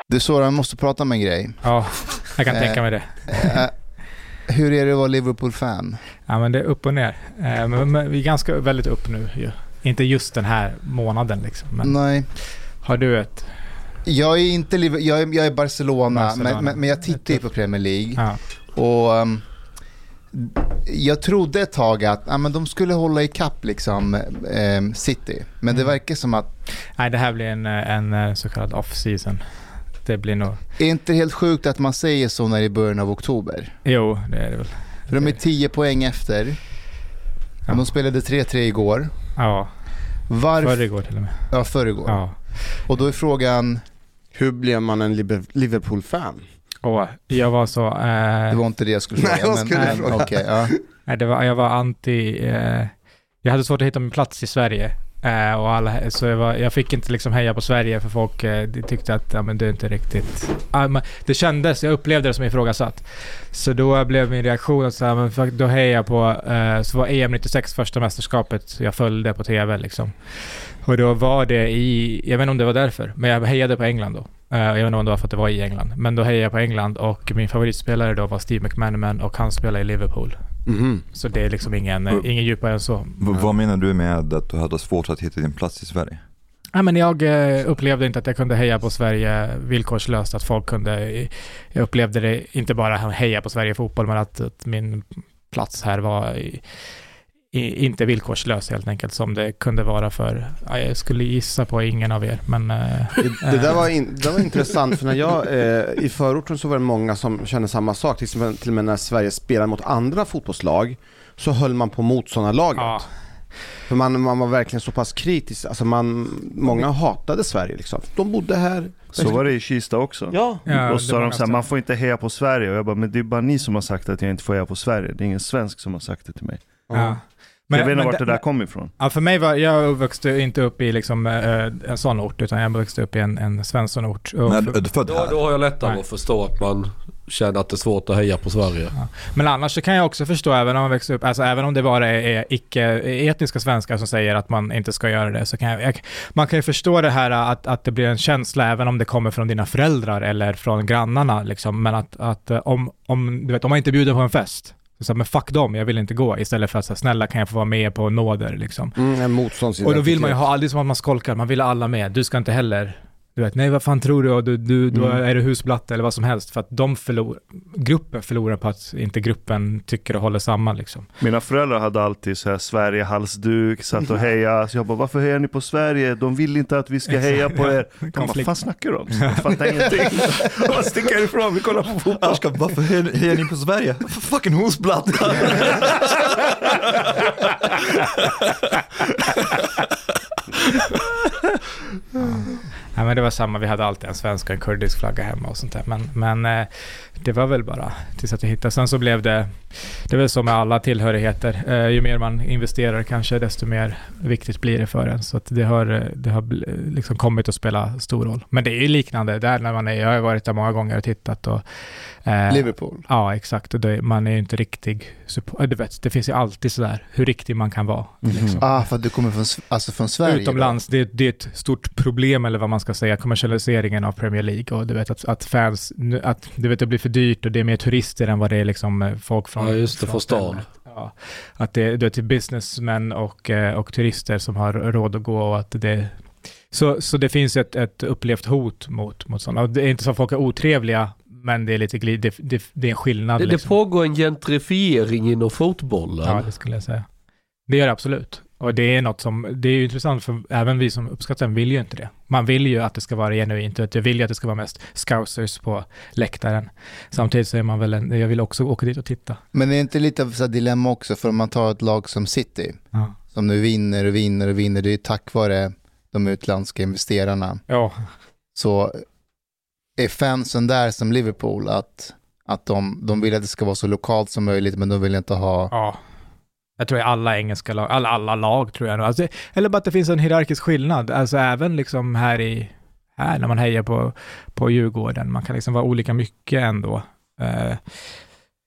Du Soran, måste prata om en grej. Ja, jag kan tänka mig det. Hur är det att vara Liverpool-fan? Ja, men det är upp och ner. Men vi är ganska väldigt upp nu ju. Inte just den här månaden liksom. Men Nej. har du ett... Jag är inte jag är Barcelona. Men jag tittar ju på Premier League. Ja. Och jag trodde ett tag att men de skulle hålla i kapp liksom City. Men det verkar som att... Nej, det här blir en så kallad off-season. Det blir nog... Är inte helt sjukt att man säger så när det är början av oktober? Jo, det är det väl. För de är 10 poäng efter. Ja. De spelade 3-3 igår. Ja. Förrgår till och med. Ja, förrgår. Ja. Och då är frågan... Hur blev man en Liverpool-fan? Jag var så... Det var inte det jag skulle fråga. Okej, ja. Nej, jag var anti... jag hade svårt att hitta min plats i Sverige. Och så jag fick inte liksom heja på Sverige för folk tyckte att men det är inte riktigt... det kändes, jag upplevde det som ifrågasatt. Så då blev min reaktion att då hejar jag på... så var EM 96 första mästerskapet jag följde på tv liksom. Och då var det jag vet inte om det var därför, men jag hejade på England då. Jag vet inte om det var för att det var i England. Men då hejade jag på England och min favoritspelare då var Steve McManaman och han spelade i Liverpool. Mm-hmm. Så det är liksom ingen djupare än så. Vad menar du med att du hade svårt att hitta din plats i Sverige? Ja, men jag upplevde inte att jag kunde heja på Sverige villkorslöst. Att folk kunde... Jag upplevde det inte bara heja på Sverige fotboll, men att min plats här var... inte villkorslös helt enkelt som det kunde vara för jag skulle gissa på ingen av er men det där var intressant för när jag i förorten så var det många som kände samma sak till och med när Sverige spelade mot andra fotbollslag så höll man på motståndarlaget. Ja. För man var verkligen så pass kritisk alltså många hatade Sverige liksom. De bodde här. Så var det i Kista också. Ja. Och så de så här, man får inte heja på Sverige och jag bara, men det är bara ni som har sagt att jag inte får heja på Sverige. Det är ingen svensk som har sagt det till mig. Ja. Men jag vet inte vart det där kom ifrån. Ja, för mig jag växte inte upp i liksom, en sån ort utan jag växte upp i en svensk-ort. Då har jag lättare att förstå att man känner att det är svårt att heja på Sverige. Ja. Men annars så kan jag också förstå även om man växer upp, alltså även om det bara är icke-etniska svenskar som säger att man inte ska göra det så kan man kan ju förstå det här att det blir en känsla även om det kommer från dina föräldrar eller från grannarna liksom, men att om du vet om man inte bjuder på en fest så men fuck dem, jag vill inte gå istället för att så snälla kan jag få vara med på nåder liksom. Och då vill man ju ha aldrig som att man skolkar, man vill alla med. Du ska inte heller du vet, nej vad fan tror du och du är du husblatte eller vad som helst för att gruppen förlorar på att inte gruppen tycker och håller samman liksom. Mina föräldrar hade alltid så här Sverige halsduk, satt och heja så jag bara, varför hejar ni på Sverige? De vill inte att vi ska heja på er. De bara, vad fan snackar de? Jag fattar ingenting. Vad sticker ifrån? Vi kollar på fotboll. Varför hejar ni på Sverige? Fucking husblatte. Ja, men det var samma, vi hade alltid en svensk och en kurdisk flagga hemma och sånt där. Men det var väl bara tills att jag hittade. Sen så blev det väl så med alla tillhörigheter. Ju mer man investerar kanske desto mer viktigt blir det för en. Så att det har liksom kommit att spela stor roll. Men det är ju liknande där när jag har varit där många gånger och tittat. Och, Liverpool. Ja, exakt. Och man är ju inte riktig du vet, det finns ju alltid sådär hur riktig man kan vara. Liksom. För att du kommer från Sverige. Utomlands, det är ett stort problem eller vad man ska säga, kommersialiseringen av Premier League och du vet att fans, att du vet det blir för dyrt och det är mer turister än vad det är liksom folk från... Ja, just det, från stan. Ja, att det är businessmän och turister som har råd att gå och att det... Så det finns ett upplevt hot mot sådana. Och det är inte så att folk är otrevliga, men det är lite det är en skillnad. Det pågår en gentrifiering inom fotbollen. Ja, det skulle jag säga. Det gör det absolut. Och det är något det är ju intressant för även vi som uppskattar vill ju inte det. Man vill ju att det ska vara genuint och jag vill ju att det ska vara mest scousers på läktaren. Samtidigt så är man väl jag vill också åka dit och titta. Men det är inte lite av så dilemma också för om man tar ett lag som City som nu vinner och vinner och vinner, det är ju tack vare de utländska investerarna. Ja. Så är fansen där som Liverpool att de vill att det ska vara så lokalt som möjligt men de vill inte ha... Ja. Jag tror i alla engelska lag, alla lag tror jag. Alltså, eller bara att det finns en hierarkisk skillnad. Alltså även liksom här när man hejar på Djurgården. Man kan liksom vara olika mycket ändå.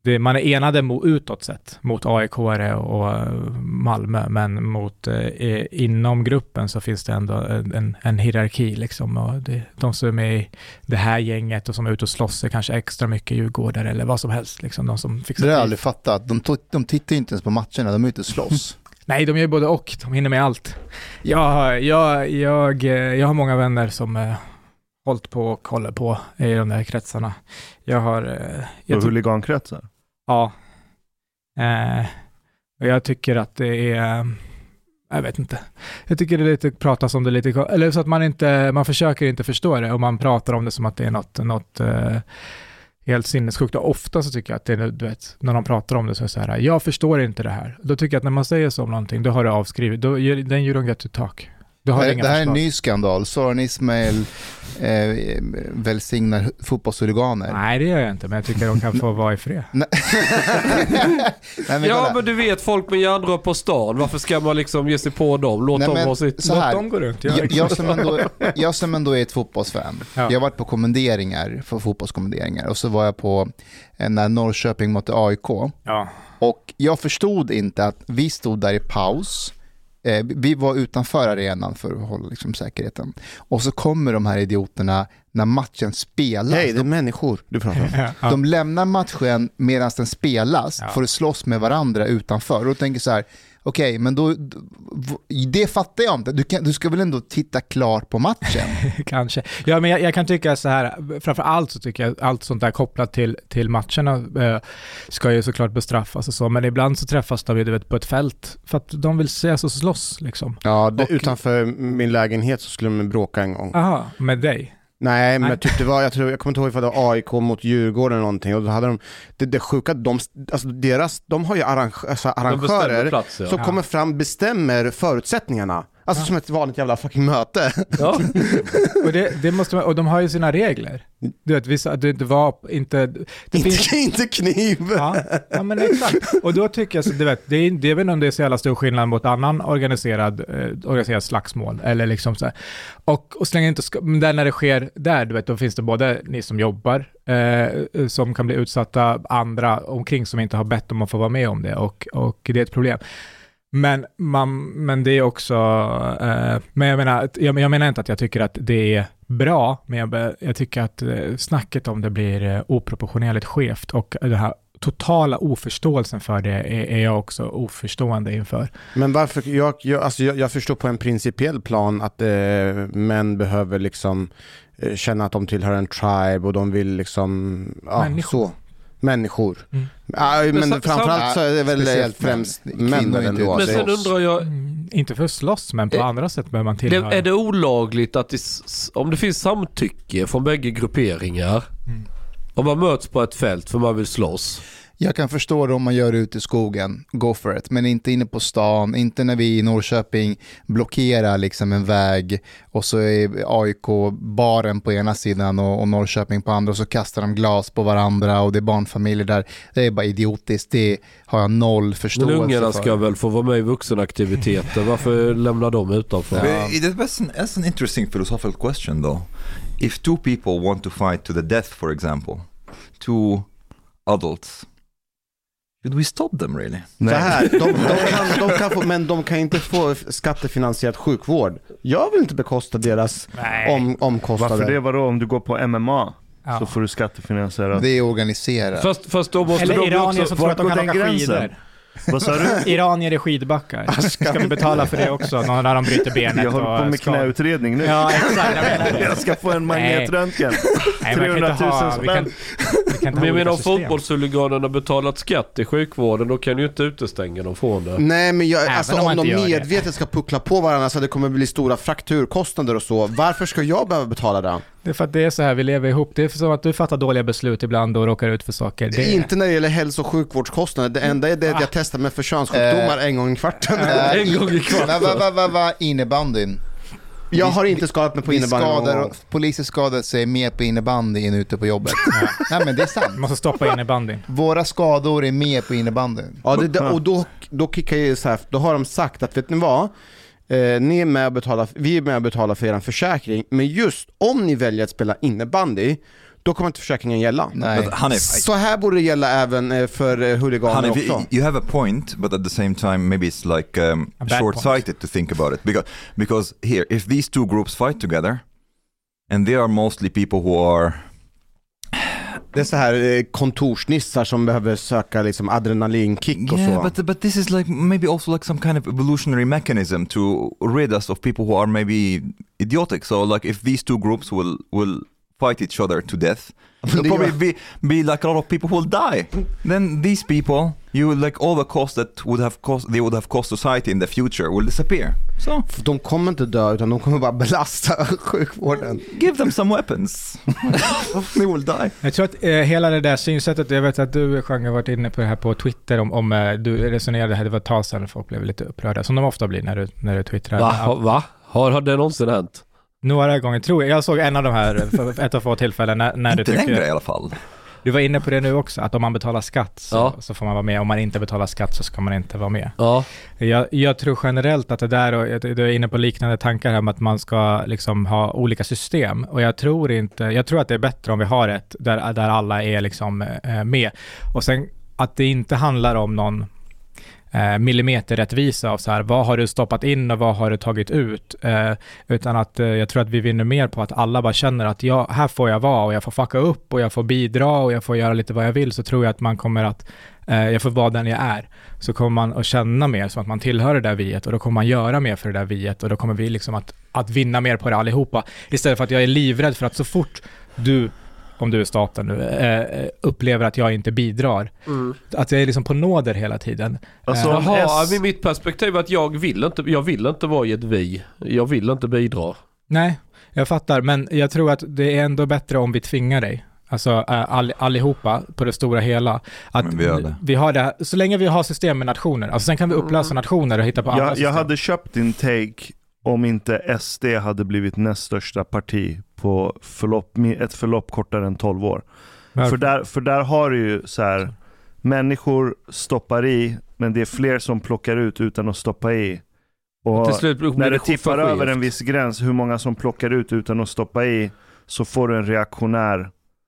man är enade utåt sett mot AIK och Malmö, men mot inom gruppen så finns det ändå en hierarki liksom, och de som är med i det här gänget och som är ute och slåss är kanske extra mycket Djurgårdare eller vad som helst liksom, de som fixar det har jag aldrig fattat. De tittar inte ens på matcherna, de är ute och slåss. Nej, de gör både och, de hinner med allt. Jag har många vänner som hållit på och håller på i de där kretsarna. Huligankretsar? Ja. Och jag tycker att det är... Jag vet inte. Jag tycker det är lite pratas om det lite... Eller så att man försöker inte förstå det och man pratar om det som att det är något helt sinnessjukt. Och ofta så tycker jag att det är, du vet, när de pratar om det så är det så här, jag förstår inte det här. Då tycker jag att när man säger så om någonting, då har det avskrivit. Then you don't get to talk. Det här är en ny skandal. Soran Ismail välsignar fotbollshuliganer. Nej, det gör jag inte, men jag tycker de kan få vara i fred. Men du vet, folk med järnrör på stan, varför ska man liksom ge sig på dem? Låt dem gå runt. Jag som ändå är ett fotbollsfan. Ja. Jag har varit på fotbollskommenderingar och så var jag på när Norrköping mot AIK. Ja. Och jag förstod inte att vi stod där i paus. Vi var utanför arenan för att hålla liksom säkerheten. Och så kommer de här idioterna när matchen spelas. Nej, det är människor du pratar om. Ja. De lämnar matchen medan den spelas för att slåss med varandra utanför. Och då tänker så här, okej, men då det fattar jag inte. Du ska väl ändå titta klart på matchen? Kanske. Ja, men jag kan tycka så här, framförallt så tycker jag allt sånt där kopplat till matcherna ska ju såklart bestraffas och så, men ibland så träffas de på ett fält för att de vill ses och slåss liksom. Ja, utanför min lägenhet så skulle de bråka en gång. Aha, med dig? Nej, men typ jag kommer inte ihåg ifall det var AIK mot Djurgården eller någonting, och då hade de det sjuka, de har ju arrangörer som kommer fram, bestämmer förutsättningarna. Alltså som ett vanligt jävla fucking möte. Ja. Och de har ju sina regler. Du vet, vissa, det var inte... Inte kniv. Ja, men exakt. Och då tycker jag, så, du vet, det är väl om det är så jävla stor skillnad mot annan organiserad slagsmål. Eller liksom så här. Och så länge inte där när det sker där, du vet, då finns det både ni som jobbar som kan bli utsatta, andra omkring som inte har bett om att få vara med om det. Och det är ett problem. Men det är också men jag menar inte att jag tycker att det är bra, men jag tycker att snacket om det blir oproportionerligt skevt, och den här totala oförståelsen för det är jag också oförstående inför. Men varför, jag förstår på en principiell plan att män behöver liksom känna att de tillhör en tribe och de vill liksom människor. Mm. Men framförallt så är det väl främst män ändå. Men sen undrar jag... Inte för att slåss, men på andra sätt behöver man tillhöra. Är det olagligt att om det finns samtycke från bägge grupperingar, om man möts på ett fält för man vill slåss? Jag kan förstå det om man gör det ute i skogen, go for it, men inte inne på stan, inte när vi i Norrköping blockerar liksom en väg och så är AIK-baren på ena sidan och Norrköping på andra, och så kastar de glas på varandra och det är barnfamiljer där. Det är bara idiotiskt, det har jag noll förståelse för. Men ungarna ska väl få vara med i vuxenaktiviteter, varför lämnar de utanför? That's an interesting philosophical question though. If two people want to fight to the death, for example, two adults, should we stop them really? Så här, de kan få, men de kan inte få skattefinansierad sjukvård. Jag vill inte bekosta deras omkostnader. Varför det? Vadå? Om du går på MMA så får du skattefinansierat. Det är organiserat. Fast då måste eller de iranier också... som tror att de kan åka skidor. Vad sa du? Iranier är skidbackar. Ska vi betala för det också? När de bryter benet. Jag håller på med knäutredning nu. Ja, exakt. Jag ska få en magnetröntgen. 300 000 spänn. Men jag menar, om fotbollshuliganerna betalat skatt i sjukvården, då kan ju inte utestänga dem från det. Nej, men om de medvetet ska puckla på varandra så det kommer bli stora frakturkostnader och så. Varför ska jag behöva betala det? Det är för att det är så här vi lever ihop. Det är som att du fattar dåliga beslut ibland och råkar ut för saker. Det är inte när det gäller hälso- och sjukvårdskostnader. Det enda är det jag testar med för könssjukdomar en gång i kvarten. Vad innebandyn? Jag har inte skadat mig på innebandy. Poliser skadar sig mer på innebandy än ute på jobbet. Nej, men det är sant. Man måste stoppa innebandyn. Våra skador är mer på innebandyn. Ja, och då kickar jag så här. Då har de sagt att, vet ni vad? Ni är med och betalar, vi är med och betalar för er försäkring, men just om ni väljer att spela innebandy, då kommer inte försäkringen gälla. Nej. Så här borde det gälla även för huliganer också. You have a point, but at the same time maybe it's like short-sighted to think about it. Because here, if these two groups fight together, and they are mostly people who are... Det är så här kontorsnissar som behöver söka liksom adrenalinkick och så. Yeah, but this is like maybe also like some kind of evolutionary mechanism to rid us of people who are maybe idiotic. So like if these two groups will fight each other to death, there'll probably be like a lot of people who will die. Then these people, like all the cost that they would have cost society in the future will disappear. So de kommer inte dö, utan de kommer bara belasta sjukvården. Give them some weapons. They will die. Jag tror att hela det där synsättet, jag vet att du, Jean, har varit inne på det här på Twitter om du resonerade här, det var ett tag sedan folk blev lite upprörda, som de ofta blir när du twittrar. Va? Har det någonsin hänt? Några gånger tror jag såg en av de här ett av få tillfällen när du tycker... Inte längre i alla fall. Du var inne på det nu också, att om man betalar skatt så får man vara med. Om man inte betalar skatt så ska man inte vara med. Ja. Jag tror generellt att det där, och du är inne på liknande tankar här om att man ska liksom ha olika system. Och jag tror att det är bättre om vi har ett där alla är liksom med. Och sen att det inte handlar om någon millimeterrättvisa av så här, vad har du stoppat in och vad har du tagit ut, utan att jag tror att vi vinner mer på att alla bara känner att här får jag vara och jag får fucka upp och jag får bidra och jag får göra lite vad jag vill, så tror jag att man kommer att jag får vara den jag är, så kommer man att känna mer som att man tillhör det där viet, och då kommer man göra mer för det där viet, och då kommer vi liksom att vinna mer på det allihopa, istället för att jag är livrädd för att så fort om du är staten nu, upplever att jag inte bidrar. Att jag är liksom på nåder hela tiden. Alltså, mitt perspektiv är att jag vill inte vara i ett vi. Jag vill inte bidra. Nej, jag fattar. Men jag tror att det är ändå bättre om vi tvingar dig. Alltså allihopa på det stora hela. Att vi har det, så länge vi har system med nationer. Alltså sen kan vi upplösa nationer och hitta på andra system. Jag hade köpt din take om inte SD hade blivit näst största parti på ett förlopp kortare än 12 år. För där har du ju så här, människor stoppar i, men det är fler som plockar ut utan att stoppa i. Och till slut, när det tippar över en viss gräns, hur många som plockar ut utan att stoppa i, så får du en reaktionär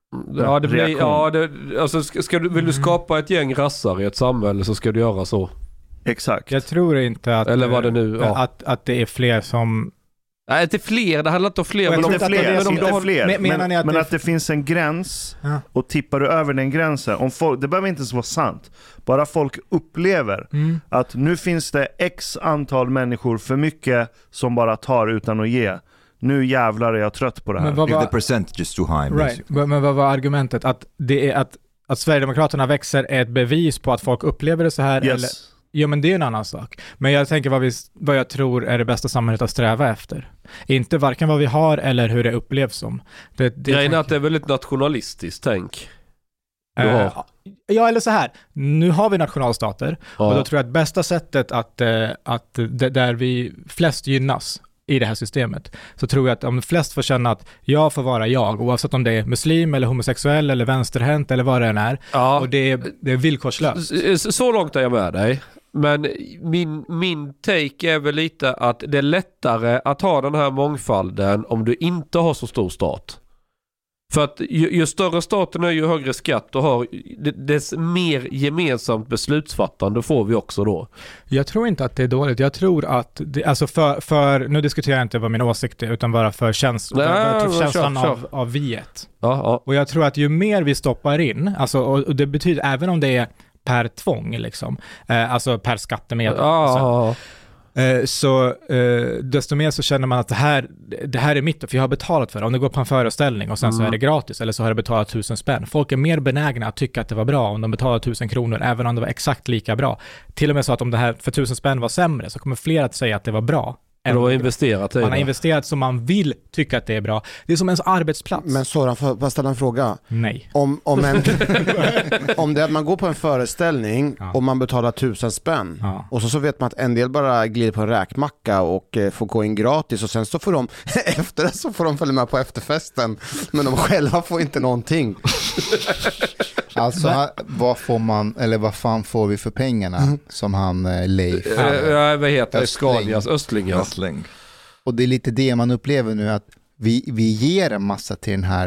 reaktion. Vill du skapa ett gäng rassar i ett samhälle, så ska du göra så. Exakt. Jag tror inte att, eller vad det nu, att det är fler som... Nej, inte fler. Det handlar inte om fler. Men att det finns en gräns, och tippar du över den gränsen, det behöver inte vara sant. Bara folk upplever att nu finns det x antal människor för mycket som bara tar utan att ge. Nu jävlar är jag trött på det här. If the percentage is too high. Right. Men vad var argumentet? Att det är att Sverigedemokraterna växer är ett bevis på att folk upplever det så här? Yes. Eller? Ja, men det är en annan sak. Men jag tänker vad jag tror är det bästa samhället att sträva efter. Inte varken vad vi har eller hur det upplevs som. Grejen är att det är väldigt nationalistiskt, tänk. Ja, eller så här. Nu har vi nationalstater. Och då tror jag att bästa sättet att där vi flest gynnas i det här systemet, så tror jag att om flest får känna att jag får vara jag, oavsett om det är muslim eller homosexuell eller vänsterhänt eller vad det än är, och det är villkorslöst. Så långt är jag med dig. Men min take är väl lite att det är lättare att ha den här mångfalden om du inte har så stor stat. För att ju större staten är, ju högre skatt och har, dess mer gemensamt beslutsfattande får vi också då. Jag tror inte att det är dåligt. Jag tror att alltså för nu diskuterar jag inte vad min åsikt är, utan bara för känslan av viet. Ja. Och jag tror att ju mer vi stoppar in, alltså, och det betyder även om det är per tvång liksom, alltså per skattemedel. Så desto mer så känner man att det här är mitt, för jag har betalat för det. Om det går på en föreställning och sen så är det gratis, eller så har det betalat 1000 spänn. Folk är mer benägna att tycka att det var bra om de betalar 1000 kronor, även om det var exakt lika bra. Till och med så att om det här för 1000 spänn var sämre, så kommer fler att säga att det var bra. Man har investerat i Man har investerat så man vill tycka att det är bra. Det är som ens arbetsplats. Men Soran, får jag ställa en fråga? Nej. Om det är att man går på en föreställning och man betalar 1000 spänn och så vet man att en del bara glider på en räkmacka och får gå in gratis, och sen så får de efter det så får de följa med på efterfesten, men de själva får inte någonting. Alltså vad får man, eller vad fan får vi för pengarna som han Leif? Vad heter det? Scanias Östling. Och det är lite det man upplever nu, att vi ger en massa till den här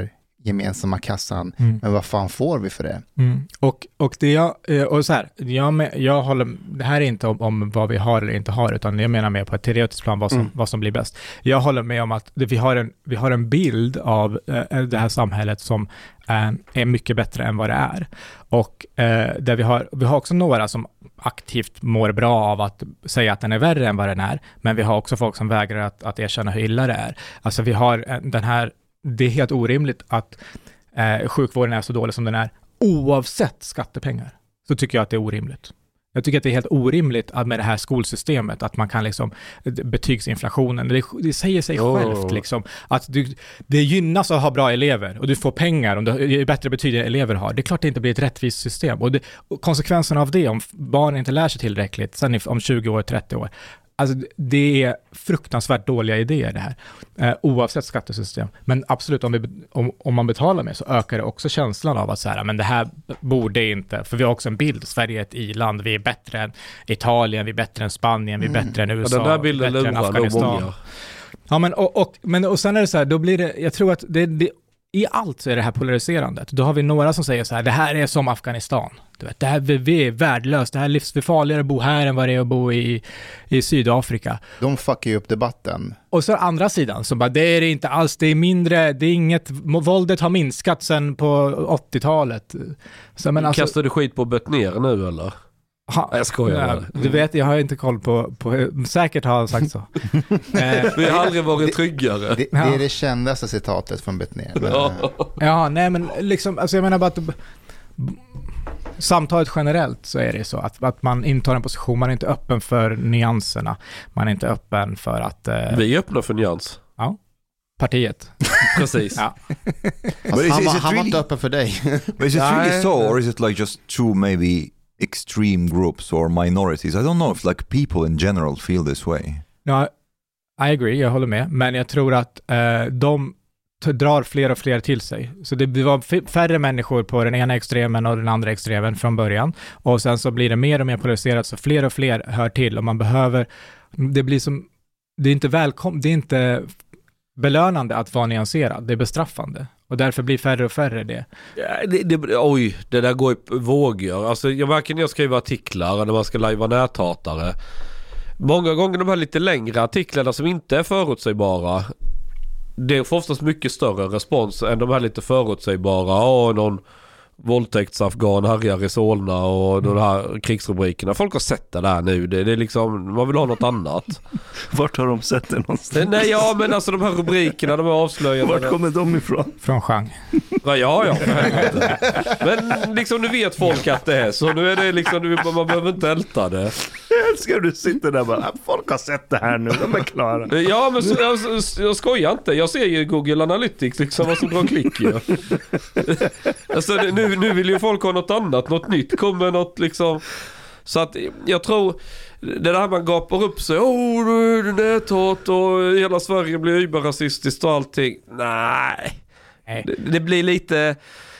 gemensamma kassan. Men vad fan får vi för det? Och det och så här, jag håller, det här är inte om vad vi har eller inte har, utan jag menar mer på ett teoretiskt plan vad som blir bäst. Jag håller med om att vi har en bild av det här samhället som är mycket bättre än vad det är. Och där vi har också några som aktivt mår bra av att säga att den är värre än vad den är, men vi har också folk som vägrar att erkänna hur illa det är. Alltså vi har det är helt orimligt att sjukvården är så dålig som den är oavsett skattepengar. Så tycker jag att det är orimligt. Jag tycker att det är helt orimligt att med det här skolsystemet att man kan liksom betygsinflationen, det säger sig självt liksom att det gynnas att ha bra elever och du får pengar om du har bättre betyg än elever har. Det är klart det inte blir ett rättvist system och konsekvenserna av det om barn inte lär sig tillräckligt sen om 20 år, 30 år. Alltså det är fruktansvärt dåliga idéer det här, oavsett skattesystem. Men absolut, om man betalar med så ökar det också känslan av att så här, men det här borde inte, för vi har också en bild, Sverige är ett i-land, vi är bättre än Italien, vi är bättre än Spanien, vi är bättre än USA, den där bilden bättre än Afghanistan. Ja, men sen är det så här, då blir det, jag tror att det i allt så är det här polariserandet. Då har vi några som säger så här, det här är som Afghanistan. Du vet, det här vi är värdelöst. Det här är farligare att bo här än vad det är att bo i Sydafrika. De fuckar ju upp debatten. Och så andra sidan som bara, det är det inte alls, det är mindre, det är inget, våldet har minskat sen på 80-talet. Så, men alltså, kastar du skit på Bettner nu eller? Jag skojar. Du vet, jag har inte koll på säkert har han sagt så. Vi har aldrig varit tryggare. Det är det kändaste citatet från Bettner. Ja, nej men liksom, alltså jag menar bara att samtalet generellt så är det så att man intar en position, man är inte öppen för nyanserna. Man är inte öppen för att... Vi är öppna för nyans. Ja. Partiet. Precis. Ja. Han var inte öppen för dig. But is it really so, or is it like just two maybe extreme groups or minorities? I don't know if like people in general feel this way. No, I agree, jag håller med. Men jag tror att de drar fler och fler till sig. Så det var färre människor på den ena extremen och den andra extremen från början. Och sen så blir det mer och mer polariserat, så fler och fler hör till. Och man behöver... Det blir som... Det är inte det är inte belönande att vara nyanserad. Det är bestraffande. Och därför blir färre och färre det. Oj, det där går i vågor. Alltså, jag märker när jag skriver artiklar när man ska lajva näthatare. Många gånger de här lite längre artiklarna som inte är förutsägbara, det får oftast mycket större respons än de här lite förutsägbara. Någon våldtäktsafghan härjar i Solna och de här krigsrubrikerna. Folk har sett det där nu. Det är liksom, man vill ha något annat. Vart har de sett det någonstans? Nej, ja, men alltså de här rubrikerna, de är avslöjande. Vart kommer de ifrån? Från Chang. Ja. Men liksom nu vet folk att det är så. Nu är det liksom, man behöver inte älta det. Jag älskar att du sitter där bara, folk har sett det här nu, de är klara. Ja, men jag skojar inte. Jag ser ju Google Analytics liksom vad som drar klick ju. Alltså nu vill ju folk ha något annat, något nytt, kommer något liksom. Så att jag tror det där man gapar upp sig, det är näthat och hela Sverige blir überrasistiskt och allting. Nej. Det blir lite...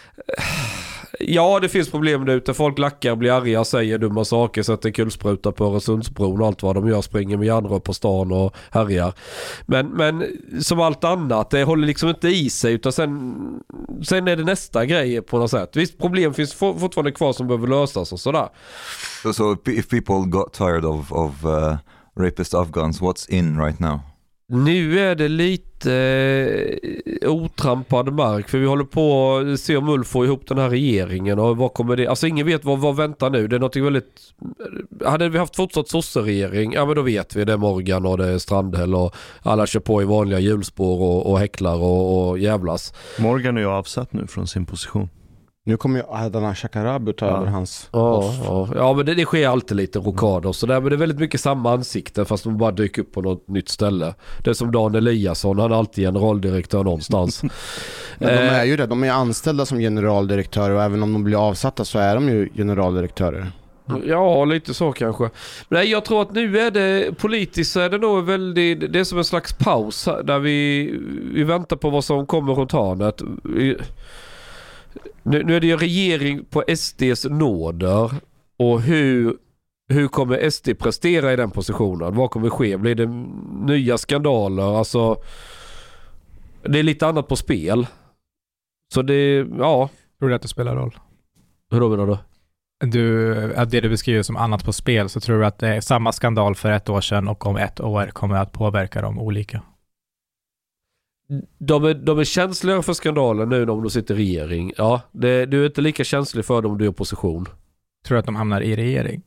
Ja, det finns problem där ute. Folk lackar, blir arga, säger dumma saker, sätter kulsprutar på Öresundsbron och allt vad de gör, springer med järnrör på stan och härjar. Men som allt annat, det håller liksom inte i sig, utan sen är det nästa grej på något sätt. Visst, problem finns fortfarande kvar som behöver lösas och sådär. So if people got tired of rapist Afghans, what's in right now? Nu är det lite otrampad mark, för vi håller på att se om Ulf får ihop den här regeringen och vad kommer det, alltså ingen vet vad väntar nu. Det är något väldigt, hade vi haft fortsatt sosseregering, ja men då vet vi, det är Morgan och det är Strandhäll och alla kör på i vanliga hjulspår och häcklar och jävlas. Morgan är ju avsatt nu från sin position. Nu kommer ju Adnan Shakarabi ta över hans Ja, men det sker alltid lite rokader och sådär, men det är väldigt mycket samma ansikte fast de bara dyker upp på något nytt ställe. Det är som Dan Eliasson, han är alltid generaldirektör någonstans. Men de är ju det, de är anställda som generaldirektörer och även om de blir avsatta så är de ju generaldirektörer. Ja, lite så kanske. Men nej, jag tror att nu är det politiskt så är det nog väldigt, det är som en slags paus där vi väntar på vad som kommer runt hörnet. Nu är det ju regering på SDs nåder och hur kommer SD prestera i den positionen? Vad kommer ske? Blir det nya skandaler? Alltså, det är lite annat på spel. Så det, ja. Tror du att det spelar roll? Hur då menar du? Att det du beskriver som annat på spel, så tror du att det är samma skandal för 1 år sedan och om 1 år kommer att påverka dem olika? De är känsliga för skandalen nu om de sitter i regering. Ja, du är inte lika känslig för dem om du är i opposition. Tror du att de hamnar i regering?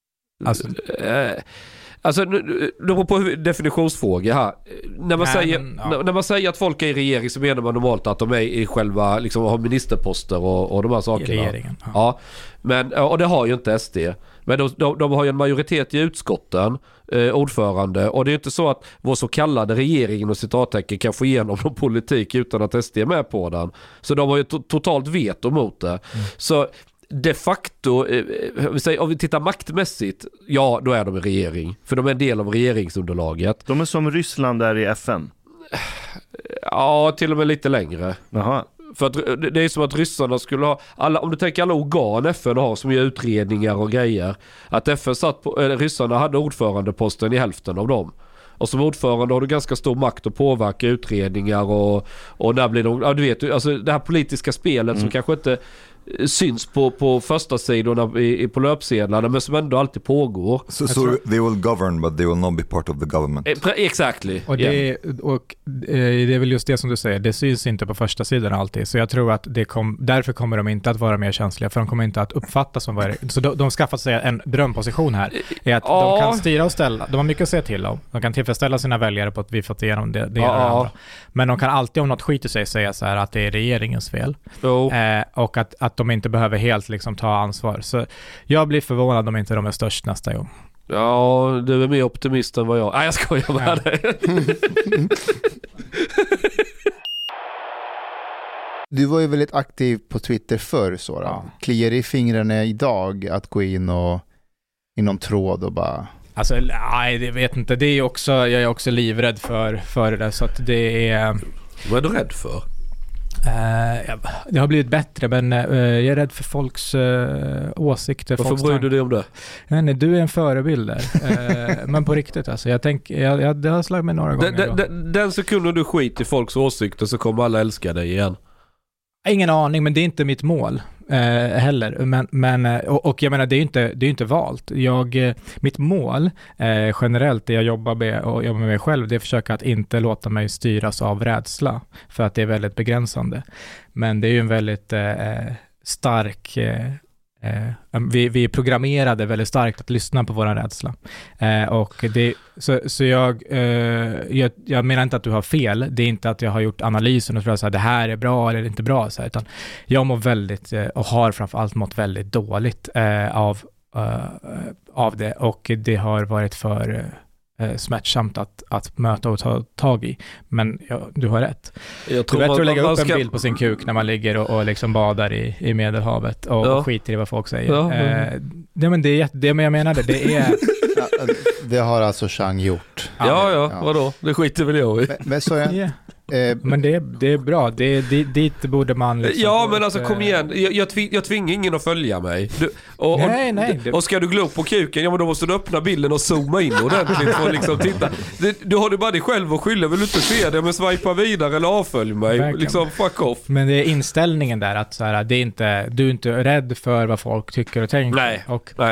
Alltså, det beror på definitionsfråga här. När man säger att folk är i regering så menar man normalt att de är i själva, liksom har ministerposter och de här sakerna. I regeringen. Ja. Men, och det har ju inte SD. Men de har ju en majoritet i utskotten, ordförande. Och det är inte så att vår så kallade regeringen och citattecken kan få igenom någon politik utan att SD är med på den. Så de har ju totalt veto mot det. Så de facto, om vi tittar maktmässigt, ja, då är de i regering. För de är en del av regeringsunderlaget. De är som Ryssland där i FN. Ja, till och med lite längre. Jaha. För att det är som att ryssarna skulle ha om du tänker alla organ FN har som gör utredningar och grejer, att FN ryssarna hade ordförandeposten i hälften av dem. Och som ordförande har du ganska stor makt att påverka utredningar och när blir de, ja, du vet, alltså det här politiska spelet som kanske inte syns på första sidorna på löpsedlarna, men som ändå alltid pågår. So they will govern but they will not be part of the government. Exactly. Och det är väl just det som du säger, det syns inte på första sidan alltid, så jag tror att därför kommer de inte att vara mer känsliga, för de kommer inte att uppfattas som vad det är. Så de skaffat sig en drömposition här, är att de kan styra och ställa, de har mycket att säga till om, de kan tillfredsställa sina väljare på att vi fått igenom det ena och andra. Men de kan alltid, om något skiter sig, säga så här att det är regeringens fel. Och att de inte behöver helt liksom ta ansvar. Så jag blir förvånad om inte de är störst nästa gång. Ja, du är mer optimist än vad jag. Nej, jag skojar med dig. Du var ju väldigt aktiv på Twitter förr, Soran. Ja. Kliar i fingrarna idag att gå in och i någon tråd och bara... Alltså, nej, det vet inte. Det är också, jag är också livrädd för det, så att det är... Vad är du rädd för? Det har blivit bättre, men jag är rädd för folks åsikter. Varför bryr du dig om det? Nej, du är en förebild där. Men på riktigt alltså. Det har slagit mig några gånger. Den sekunden du skiter i folks åsikter så kommer alla älska dig igen. Ingen aning, men det är inte mitt mål heller. Men jag menar, det är inte valt. Mitt mål generellt, det jag jobbar med mig själv, det är att försöka att inte låta mig styras av rädsla, för att det är väldigt begränsande. Men det är ju en väldigt stark... Vi är programmerade väldigt starkt att lyssna på våran rädsla. Så jag menar inte att du har fel. Det är inte att jag har gjort analysen och tror att det här är bra eller inte bra, så här, utan jag mår väldigt och har framförallt mått väldigt dåligt av det, och det har varit för smärtsamt att möta och ta tag i. Men du har rätt. Jag tror det är bättre att lägga upp en bild på sin kuk när man ligger och liksom badar i Medelhavet och skiter i vad folk säger. Men jag menar det är... Det har alltså Chang gjort. Ja. Vadå? Det skiter väl jag i. Men så jag... Men det är bra. Dit borde man liksom... Ja, men alltså kom igen. Jag tvingar ingen att följa mig. Och ska du glo på kuken, ja men då måste du öppna bilden och zooma in ordentligt och liksom titta. Du har du bara dig själv och skylla, vill du inte se det, men swipa vidare eller avfölj mig. Verkligen. Liksom fuck off. Men det är inställningen där att så här, du är inte rädd för vad folk tycker och tänker. Nej.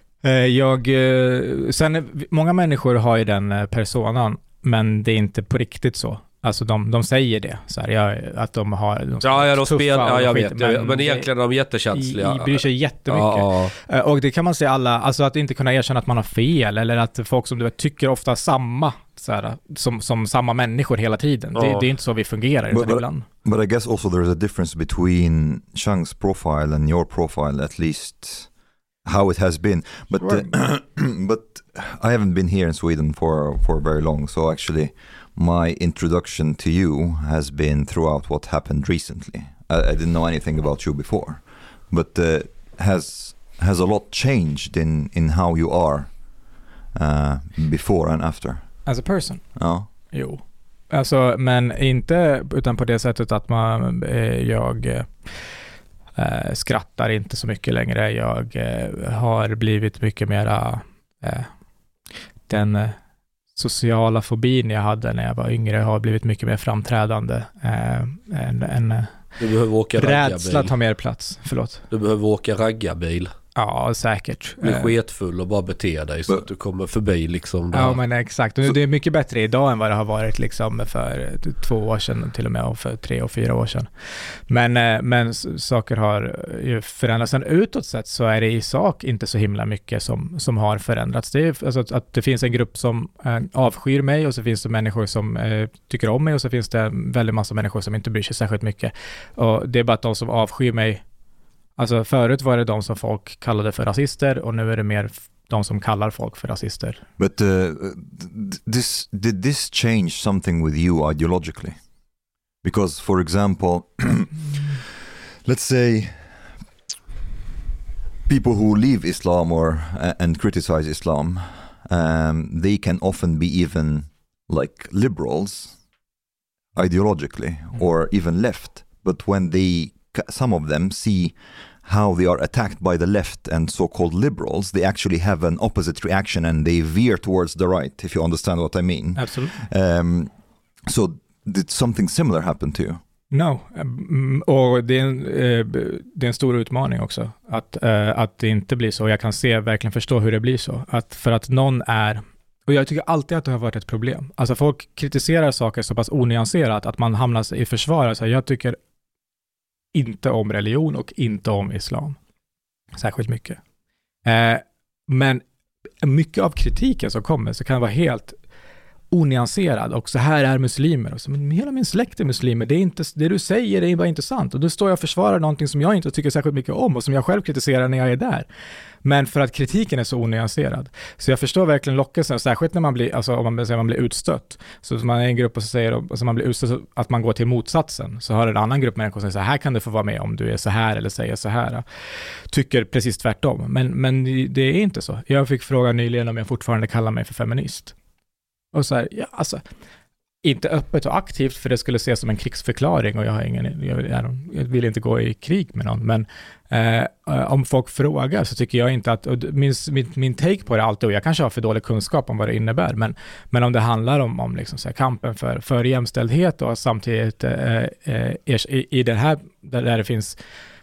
Sen många människor har ju den personan, men det är inte på riktigt så. Alltså de säger det så här, att de har de spelar, jag vet, men egentligen är de jättekänsliga. Bryr sig jättemycket. Och det kan man säga alla, alltså att inte kunna erkänna att man har fel, eller att folk som du vet tycker ofta samma så här, som samma människor hela tiden. Det är inte så vi fungerar ibland. But I guess also there's a difference between Chang's profile and your profile, at least how it has been. But but I haven't been here in Sweden for very long, so actually my introduction to you has been throughout what happened recently. I didn't know anything about you before, but has a lot changed in how you are before and after? As a person? Ja. Jo. Alltså, men inte utan på det sättet att jag skrattar inte så mycket längre. Jag har blivit mycket mera den sociala fobin jag hade när jag var yngre har blivit mycket mer framträdande. Du behöver åka raggarbil. Rädsla tar mer plats, förlåt. Du behöver åka raggarbil. Ja, säkert. Bli sketfull och bara bete dig så att du kommer förbi liksom. Där. Ja, men exakt. Och det är mycket bättre idag än vad det har varit liksom för 2 år sedan till och med, och för 3 och 4 år sedan. Men saker har ju förändrats. Sen utåt sett så är det i sak inte så himla mycket som har förändrats. Det är alltså att det finns en grupp som avskyr mig, och så finns det människor som tycker om mig, och så finns det väldigt massa människor som inte bryr sig särskilt mycket. Och det är bara att de som avskyr mig, alltså förut var det de som folk kallade för rasister, och nu är det mer de som kallar folk för rasister. But did this change something with you ideologically? Because, for example, let's say people who leave Islam and criticize Islam, they can often be even like liberals ideologically, or even left. But when some of them see how they are attacked by the left and so-called liberals, they actually have an opposite reaction and they veer towards the right, if you understand what I mean. Absolutely. So did something similar happen to you? No. Och det är en stor utmaning också att det inte blir så. Jag kan verkligen förstå hur det blir så. För att någon är... Och jag tycker alltid att det har varit ett problem. Alltså folk kritiserar saker så pass onyanserat att man hamnar i försvar. Så jag tycker inte om religion och inte om islam särskilt mycket. Men mycket av kritiken som kommer så kan vara helt onyanserad, och så här är muslimer. Och så, men hela min släkt är muslimer. Det du säger, det är bara inte sant. Och då står jag och försvarar någonting som jag inte tycker särskilt mycket om och som jag själv kritiserar när jag är där. Men för att kritiken är så onyanserad. Så jag förstår verkligen lockelsen, särskilt när man blir, alltså om man blir utstött. Så man är en grupp och så säger, alltså man blir utstött, att man går till motsatsen. Så har en annan grupp människor som säger så här kan du få vara med om du är så här eller säger så här. Tycker precis tvärtom. Men det är inte så. Jag fick fråga nyligen om jag fortfarande kallar mig för feminist. Och så här, ja, alltså inte öppet och aktivt, för det skulle ses som en krigsförklaring, och jag vill inte gå i krig med någon, men om folk frågar så tycker jag inte att, min take på det alltid, och jag kanske har för dålig kunskap om vad det innebär, men om det handlar om liksom så här, kampen för jämställdhet, och samtidigt i det här där det finns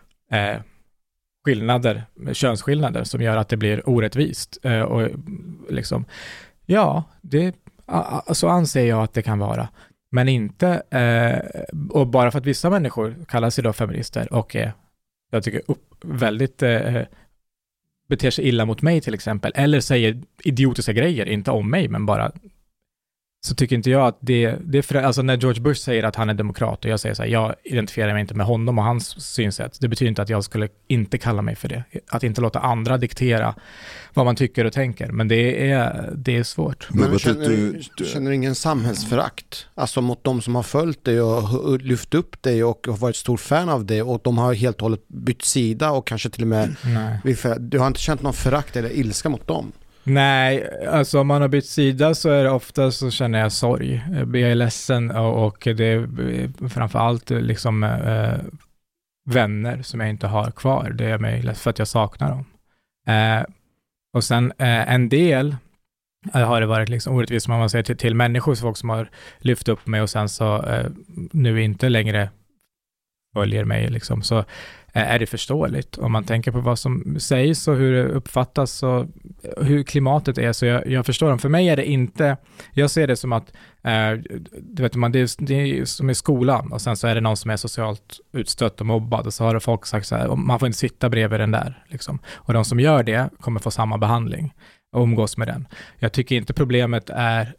könsskillnader som gör att det blir orättvist, och liksom, ja, så anser jag att det kan vara. Men inte, och bara för att vissa människor kallar sig då feminister och jag tycker väldigt beter sig illa mot mig till exempel, eller säger idiotiska grejer, inte om mig men bara, så tycker inte jag att det alltså när George Bush säger att han är demokrat och jag säger så här, jag identifierar mig inte med honom och hans synsätt, det betyder inte att jag skulle inte kalla mig för det. Att inte låta andra diktera vad man tycker och tänker, men det är svårt. Men känner du ingen samhällsförakt? Alltså mot de som har följt dig och lyft upp dig och har varit stor fan av dig, och de har helt och hållet bytt sida och kanske till och med du har inte känt någon förakt eller ilska mot dem? Nej, alltså om man har bytt sida så är det ofta så känner jag sorg. Jag är ledsen, och det är framförallt liksom vänner som jag inte har kvar. Det är mig för att jag saknar dem. Och sen en del har det varit liksom orättvist, som man säger, till människor, folk som har lyft upp mig och sen så nu inte längre följer mig liksom, så är det förståeligt. Om man tänker på vad som sägs och hur det uppfattas och hur klimatet är, så jag förstår dem. För mig är det inte, jag ser det som att det är som i skolan, och sen så är det någon som är socialt utstött och mobbad, och så har det folk sagt så här, man får inte sitta bredvid den där liksom. Och de som gör det kommer få samma behandling och umgås med den. Jag tycker inte problemet är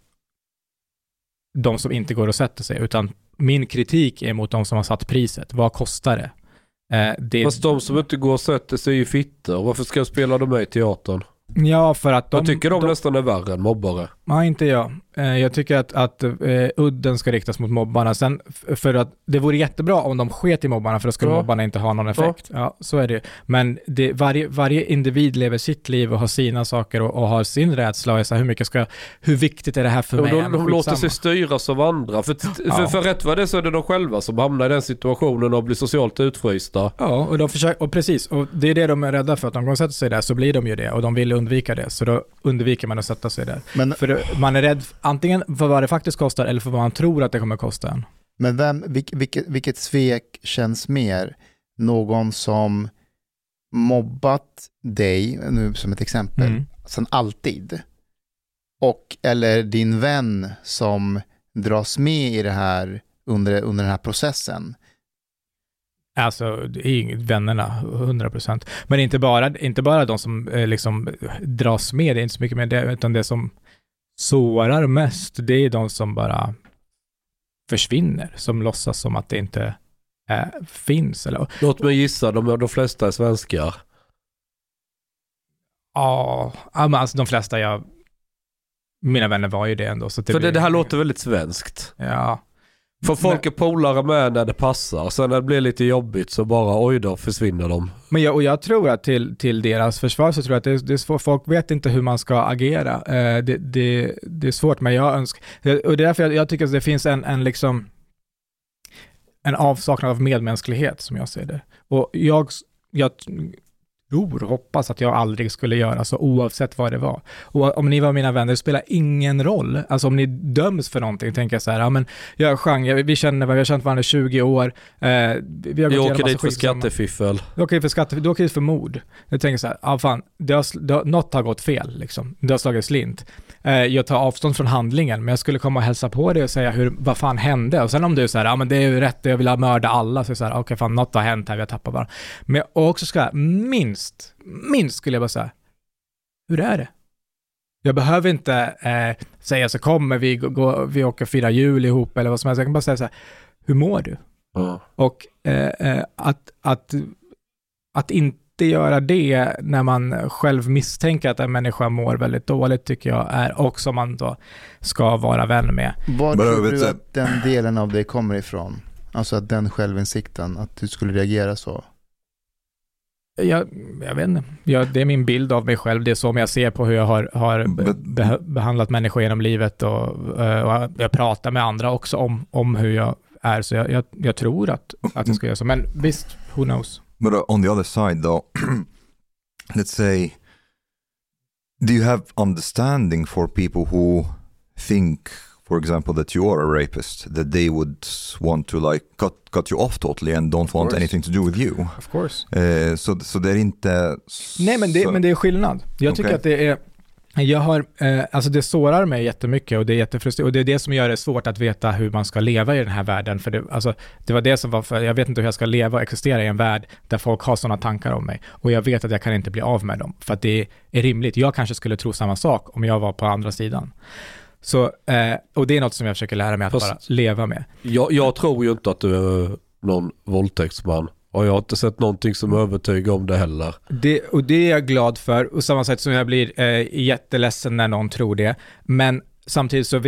de som inte går och sätter sig, utan min kritik är mot de som har satt priset. Vad kostar det? Fast de som inte går och sätter sig är ju fitter. Varför ska jag spela dem med i teatern? Ja, för att jag tycker de nästan är värre än mobbare. Nej, inte jag. Jag tycker att udden ska riktas mot mobbarna. Sen, för att det vore jättebra om de sket i mobbarna, för då skulle mobbarna inte ha någon effekt. Ja, så är det. Men varje individ lever sitt liv och har sina saker och har sin rädsla. Och så här, hur viktigt är det här för mig? De låter sig styras av andra. För rätt vad det så är det de själva som hamnar i den situationen och blir socialt utfrysta. Ja, och de försöker, och precis. Och det är det de är rädda för, att de går och sätter sig där, så blir de ju det. Och de vill undvika det. Så då undviker man att sätta sig där. Men, för man är rädd, antingen för vad det faktiskt kostar eller för vad man tror att det kommer kosta en. Men vilket svek känns mer? Någon som mobbat dig, nu som ett exempel, sen alltid. Och eller din vän som dras med i det här under den här processen. Alltså, det är vännerna, 100%. Men inte bara de som liksom dras med, det är inte så mycket med det, utan det som sårar mest, det är de som bara försvinner, som låtsas som att det inte finns. Eller... Låt mig gissa, de flesta är svenskar. Ja, men alltså de flesta mina vänner var ju det ändå. Så för det här låter väldigt svenskt. Ja. För folk är polare med när det passar. Sen när det blir lite jobbigt så bara, oj då, försvinner de. Men jag tror att till deras försvar så tror jag att det är svårt. Folk vet inte hur man ska agera. Det är svårt, men jag önskar... Och det är därför jag tycker att det finns en liksom... en avsaknad av medmänsklighet som jag ser det. Och jag hoppas att jag aldrig skulle göra så, oavsett vad det var. Och om ni var mina vänner, det spelar ingen roll. Alltså om ni döms för någonting, tänker jag så här, ja men jag har känt varandra i 20 år. Vi åker dit för skattefiffel. Du åker dit för mord. Jag tänker så här, ja fan, något har gått fel liksom. Det har slagit slint. Jag tar avstånd från handlingen, men jag skulle komma och hälsa på det och säga vad fan hände? Och sen om du är så här, ja men det är ju rätt, jag vill ha mörda alla, så är det så här, okej fan, något har hänt här, vi har tappat varandra. Men jag också ska minst skulle jag bara säga, hur är det? Jag behöver inte säga så kommer vi åker 4 jul ihop eller vad som helst. Jag kan bara säga så här, hur mår du? Och att inte göra det när man själv misstänker att en människa mår väldigt dåligt, tycker jag är också man då ska vara vän med. Var tror du att den delen av det kommer ifrån? Alltså att den självinsikten, att du skulle reagera så? Jag vet inte. Det är min bild av mig själv. Det är så jag ser på hur jag har behandlat människor genom livet och jag pratar med andra också om hur jag är. Så jag tror att jag ska göra så. Men visst, who knows? But on the other side though, let's say, do you have understanding for people who think, for example, that you are a rapist, that they would want to like cut you off totally and don't want anything to do with you? Of course. Så det är inte... Nej, men det är skillnad. Jag tycker att det är... alltså det sårar mig jättemycket och det är jättefrustrerande, och det är det som gör det svårt att veta hur man ska leva i den här världen, för det var det som var för, jag vet inte hur jag ska leva och existera i en värld där folk har sådana tankar om mig, och jag vet att jag kan inte bli av med dem, för att det är rimligt. Jag kanske skulle tro samma sak om jag var på andra sidan. Så, och det är något som jag försöker lära mig att bara leva med. Jag tror ju inte att du är någon våldtäktsman. Och jag har inte sett någonting som övertygar om det heller. Och det är jag glad för. Och samma sätt som jag blir jätteledsen när någon tror det. Men samtidigt så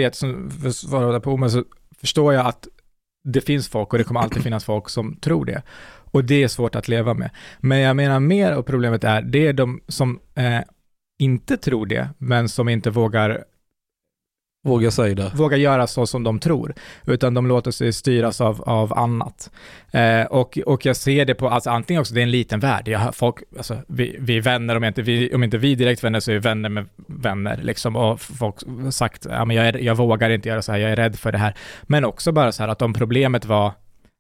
så förstår jag att det finns folk, och det kommer alltid finnas folk som tror det. Och det är svårt att leva med. Men jag menar mer, och problemet det är de som inte tror det, men som inte vågar säga det. Våga göra så som de tror, utan de låter sig styras av annat. Och jag ser det på, alltså antingen också, det är en liten värld. Folk, alltså, vi är vänner, om inte vi direkt vänner så är vi vänner med vänner liksom, och folk sagt, ja men jag vågar inte göra så här, jag är rädd för det här. Men också bara så här att om problemet var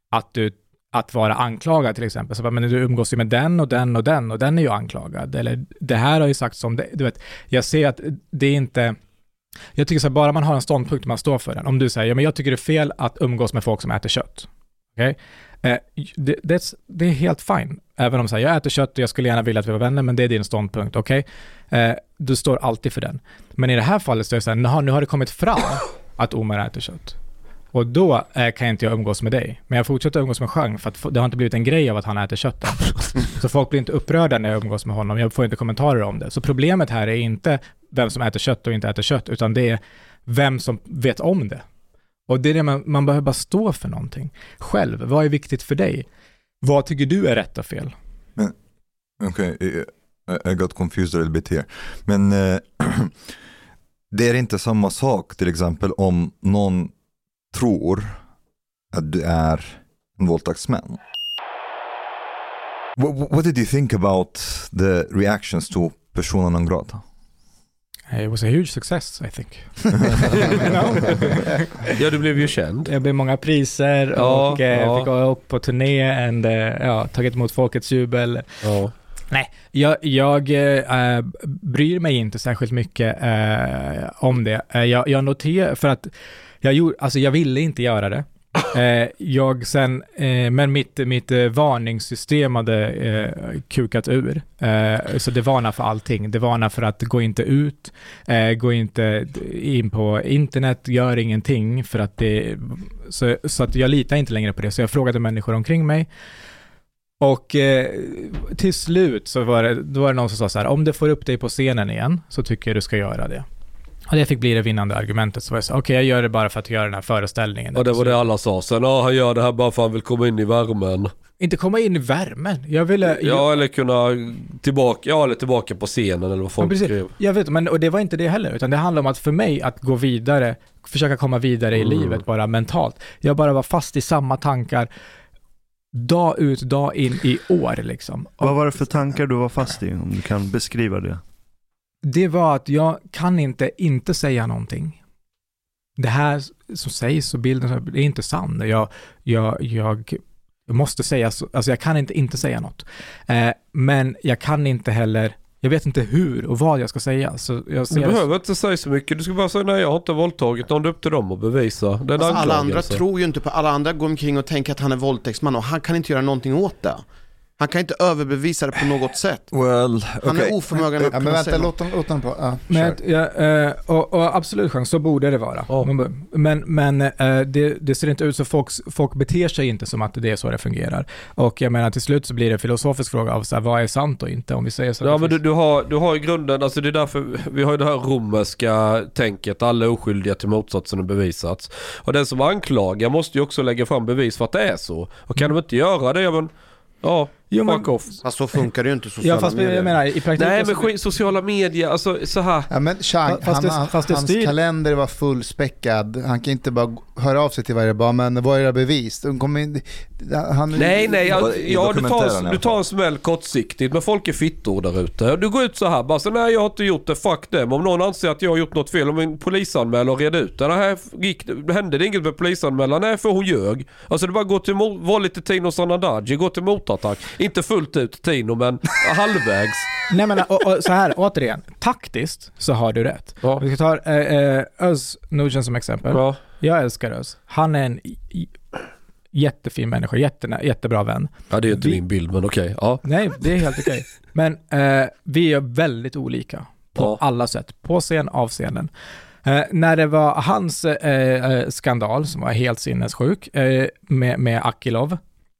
att vara anklagad till exempel, så bara, men du umgås ju med den och den och den, och den är ju anklagad, eller det här har ju sagt som det, du vet, jag ser att det är inte. Jag tycker så här, bara man har en ståndpunkt, man står för den. Om du säger, ja men jag tycker det är fel att umgås med folk som äter kött. Okej? Det är helt fine. Även om så här, jag äter kött och jag skulle gärna vilja att vi var vänner, men det är din ståndpunkt, okej? Du står alltid för den. Men i det här fallet så är det så här, nu har det kommit fram att Omar äter kött. Och då kan inte jag umgås med dig. Men jag fortsätter umgås med Jean, för att det har inte blivit en grej av att han äter kött. Så folk blir inte upprörda när jag umgås med honom. Jag får inte kommentarer om det. Så problemet här är inte vem som äter kött och inte äter kött, utan det är vem som vet om det. Och det är det man behöver bara stå för någonting. Själv, vad är viktigt för dig? Vad tycker du är rätt och fel? Okej, I got confused a little bit here. Men det är inte samma sak till exempel om någon tror att du är en våldtäktsman. What did you think about the reactions to Persona non grata? It was a huge success, I think. Ja, du blev ju känd. Jag blev många priser och fick gå upp på turné och tagit emot folkets jubel. Ja. Nej, jag bryr mig inte särskilt mycket om det. Jag noterar för att jag ville inte göra det. Men mitt varningssystem hade kukat ur. Så det varnar för allting. Det varnar för att gå inte ut, gå inte in på internet, gör ingenting för att så att jag litar inte längre på det. Så jag frågade människor omkring mig. Och till slut så var det någon som sa så här: om du får upp dig på scenen igen så tycker jag du ska göra det. Och det fick bli det vinnande argumentet. Så var jag så okej, jag gör det bara för att göra den här föreställningen. Och det var det alla sa. Sen han gör det här bara för att han vill komma in i värmen. Inte komma in i värmen. Jag ville... eller kunna tillbaka på scenen eller vad folk skrev. Jag vet, och det var inte det heller. Utan det handlar om att för mig att gå vidare, försöka komma vidare i livet bara mentalt. Jag bara var fast i samma tankar dag ut, dag in i år liksom. Vad var det för tankar du var fast i, om du kan beskriva det? Det var att jag kan inte säga någonting. Det här som sägs och bilden är inte sann. Jag måste säga, alltså jag kan inte säga något. Men jag kan inte heller, jag vet inte hur och vad jag ska säga. Så du behöver inte säga så mycket. Du ska bara säga nej, jag har inte våldtagit någon, upp till dem och bevisa. Alla andra tror ju inte på, alla andra går omkring och tänker att han är våldtäktsman och han kan inte göra någonting åt det. Han kan inte överbevisa det på något sätt. Han är oförmögen att men vänta, låt honom på. Och absolut chans, så borde det vara. Men det ser inte ut så, folk beter sig inte som att det är så det fungerar. Och jag menar, till slut så blir det en filosofisk fråga av så här, vad är sant och inte, om vi säger så. Ja, men du har i grunden, alltså det är därför vi har ju det här romerska tänket, alla är oskyldiga till motsatsen och bevisats. Och den som anklagar måste ju också lägga fram bevis för att det är så. Och kan de inte göra det, men fuck off. Fast så funkar det ju inte sociala medier. Jag menar, i praktiken... Nej, men sociala medier, alltså så här. Ja, men hans kalender var fullspäckad. Han kan inte bara höra av sig till varje bara, men vad är det bevis? Nej, du tar en smäll kortsiktigt, men folk är fittor där ute. Du går ut så här, bara så nej, jag har inte gjort det, fuck dem. Om någon anser att jag har gjort något fel, om en polisanmälan och reda ut det hände det inget med polisanmälan, nej, för hon ljög. Alltså det bara går till var lite Tino Sanandaji, gå till motattack. Inte fullt ut Tino, men halvvägs. Nej, men och så här, återigen, taktiskt så har du rätt. Ja. Vi ska ta Öz Nugent som exempel. Ja. Jag älskar Öz. Han är en jättefin människa, jättebra vän. Ja, det är inte min bild, men okej. Ja. Nej, det är helt okej. Men vi är väldigt olika på alla sätt. På scen, av scenen. När det var hans skandal som var helt sinnessjuk med Akilov.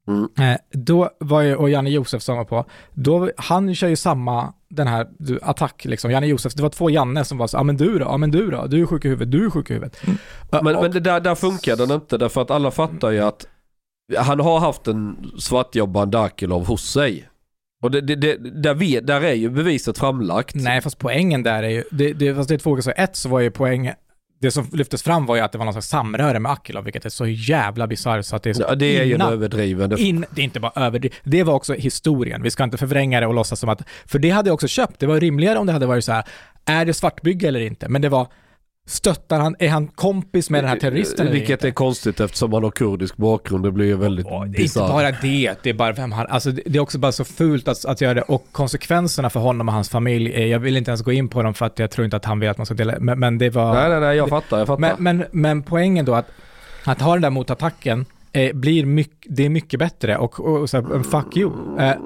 Då var ju, och Janne Josef som var på, då, han kör ju samma den här attack liksom. Janne Josef, det var två Janne som var så, men du då, du är sjuk i huvudet. Men det där funkar den inte, därför att alla fattar ju att han har haft en svartjobbande Akilov hos sig. Och där är ju beviset framlagt. Nej, fast poängen där är ju fast det är två så ett så var ju poängen. Det som lyftes fram var ju att det var någon slags samröre med Akilov, vilket är så jävla bisarrt så att det är så det är ju en överdriven. Det är inte bara överdriven. Det var också historien. Vi ska inte förvränga det och låtsas som att, för det hade jag också köpt. Det var rimligare om det hade varit så här, är det svartbygge eller inte? Men det var, är han kompis med den här terroristen? Vilket är konstigt eftersom han har kurdisk bakgrund. Det blir ju väldigt bizarrt. Det är inte bara det är bara vem han, alltså det är också bara så fult att göra det, och konsekvenserna för honom och hans familj jag vill inte ens gå in på dem för att jag tror inte att han vet att man ska dela, men det var... Nej, jag fattar. Men poängen då att ha den där motattacken det är mycket bättre och så här, fuck you.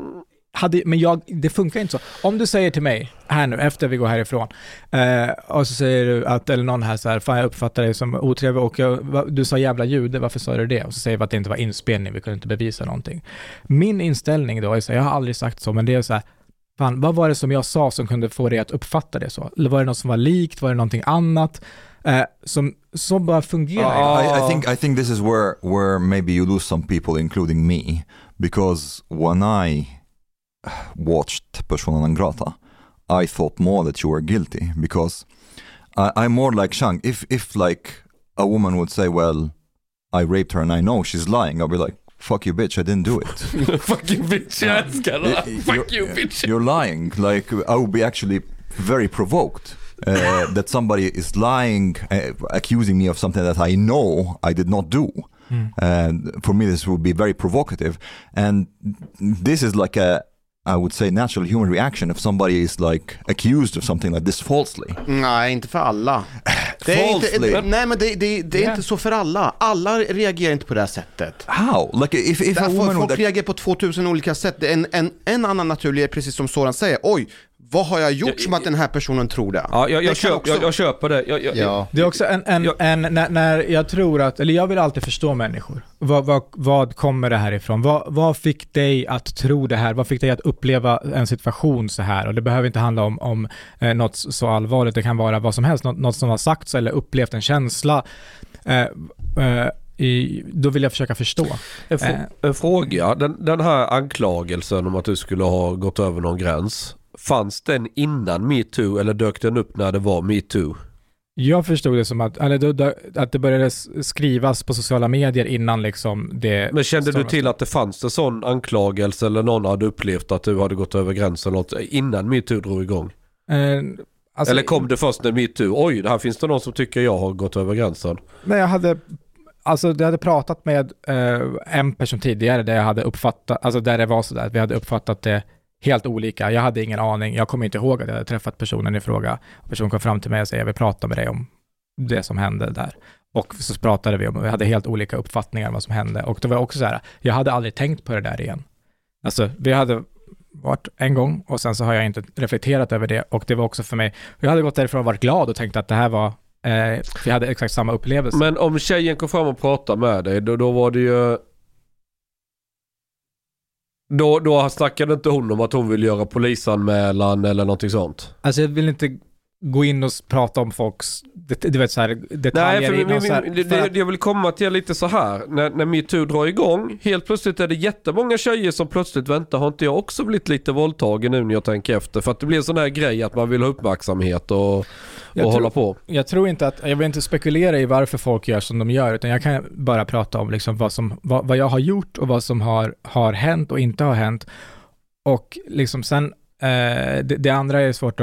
Men det funkar inte så. Om du säger till mig här nu efter vi går härifrån och så säger du att, eller någon här så här, fan jag uppfattar dig som otrevlig och du sa jävla jude, varför sa du det? Och så säger vi att det inte var inspelning, vi kunde inte bevisa någonting. Min inställning då är så här, jag har aldrig sagt så, men det är så här, fan, vad var det som jag sa som kunde få dig att uppfatta det så? Eller var det något som var likt? Var det någonting annat? Som bara fungerar. I think this is where maybe you lose some people, including me, because when I watched Persona non grata, I thought more that you were guilty, because I'm more like Shang. If like a woman would say, well, I raped her and I know she's lying, I'll be like, fuck you bitch, I didn't do it. Fuck you bitch, jag älskar det. Fuck you bitch. You're lying. Like I would be actually very provoked. that somebody is lying, accusing me of something that I know I did not do. And for me, this would be very provocative. And this is like I would say natural human reaction if somebody is like accused of something like this falsely. Nej, inte för alla. Det är inte, nej, men det är inte så för alla. Alla reagerar inte på det här sättet. How? Like if a woman folk reagerar på 2000 olika sätt. En annan naturlig är precis som Soran säger. Oj, vad har jag gjort som att den här personen tror det? Ja, jag köper det. Det är också när jag tror att, eller jag vill alltid förstå människor. Vad kommer det här ifrån? Vad fick dig att tro det här? Vad fick dig att uppleva en situation så här? Och det behöver inte handla om något så allvarligt. Det kan vara vad som helst. Något som har sagts eller upplevt en känsla. Då vill jag försöka förstå. En fråga. Den här anklagelsen om att du skulle ha gått över någon gräns. Fanns den innan MeToo eller dök den upp när det var MeToo? Jag förstod det som att det började skrivas på sociala medier innan liksom det. Men kände du till att det fanns en sån anklagelse eller någon hade upplevt att du hade gått över gränsen något innan MeToo drog igång? Alltså, eller kom det först när MeToo? Oj, här finns det någon som tycker jag har gått över gränsen. Nej, jag hade pratat med en person tidigare där jag hade uppfattat, alltså där det var så där, vi hade uppfattat det helt olika. Jag hade ingen aning. Jag kommer inte ihåg att jag hade träffat personen i fråga. Personen kom fram till mig och sa jag vill prata med dig om det som hände där. Och så pratade vi om, vi hade helt olika uppfattningar om vad som hände. Och det var också så här, jag hade aldrig tänkt på det där igen. Alltså, vi hade varit en gång och sen så har jag inte reflekterat över det. Och det var också för mig, jag hade gått därifrån och varit glad och tänkt att det här var, för jag hade exakt samma upplevelse. Men om tjejen kom fram och pratade med dig, då var det ju Då snackade inte hon om att hon vill göra polisanmälan eller någonting sånt. Alltså jag vill inte gå in och prata om folks du vet så här detaljer. Nej, jag vill komma till lite så här när MeToo drar igång, helt plötsligt är det jättemånga tjejer som plötsligt väntar, har inte jag också blivit lite våldtagen nu när jag tänker efter, för att det blir en sån här grej att man vill ha uppmärksamhet och hålla på. Jag tror inte att, jag vill inte spekulera i varför folk gör som de gör, utan jag kan bara prata om liksom vad jag har gjort och vad som har hänt och inte har hänt. Och liksom sen det andra är svårt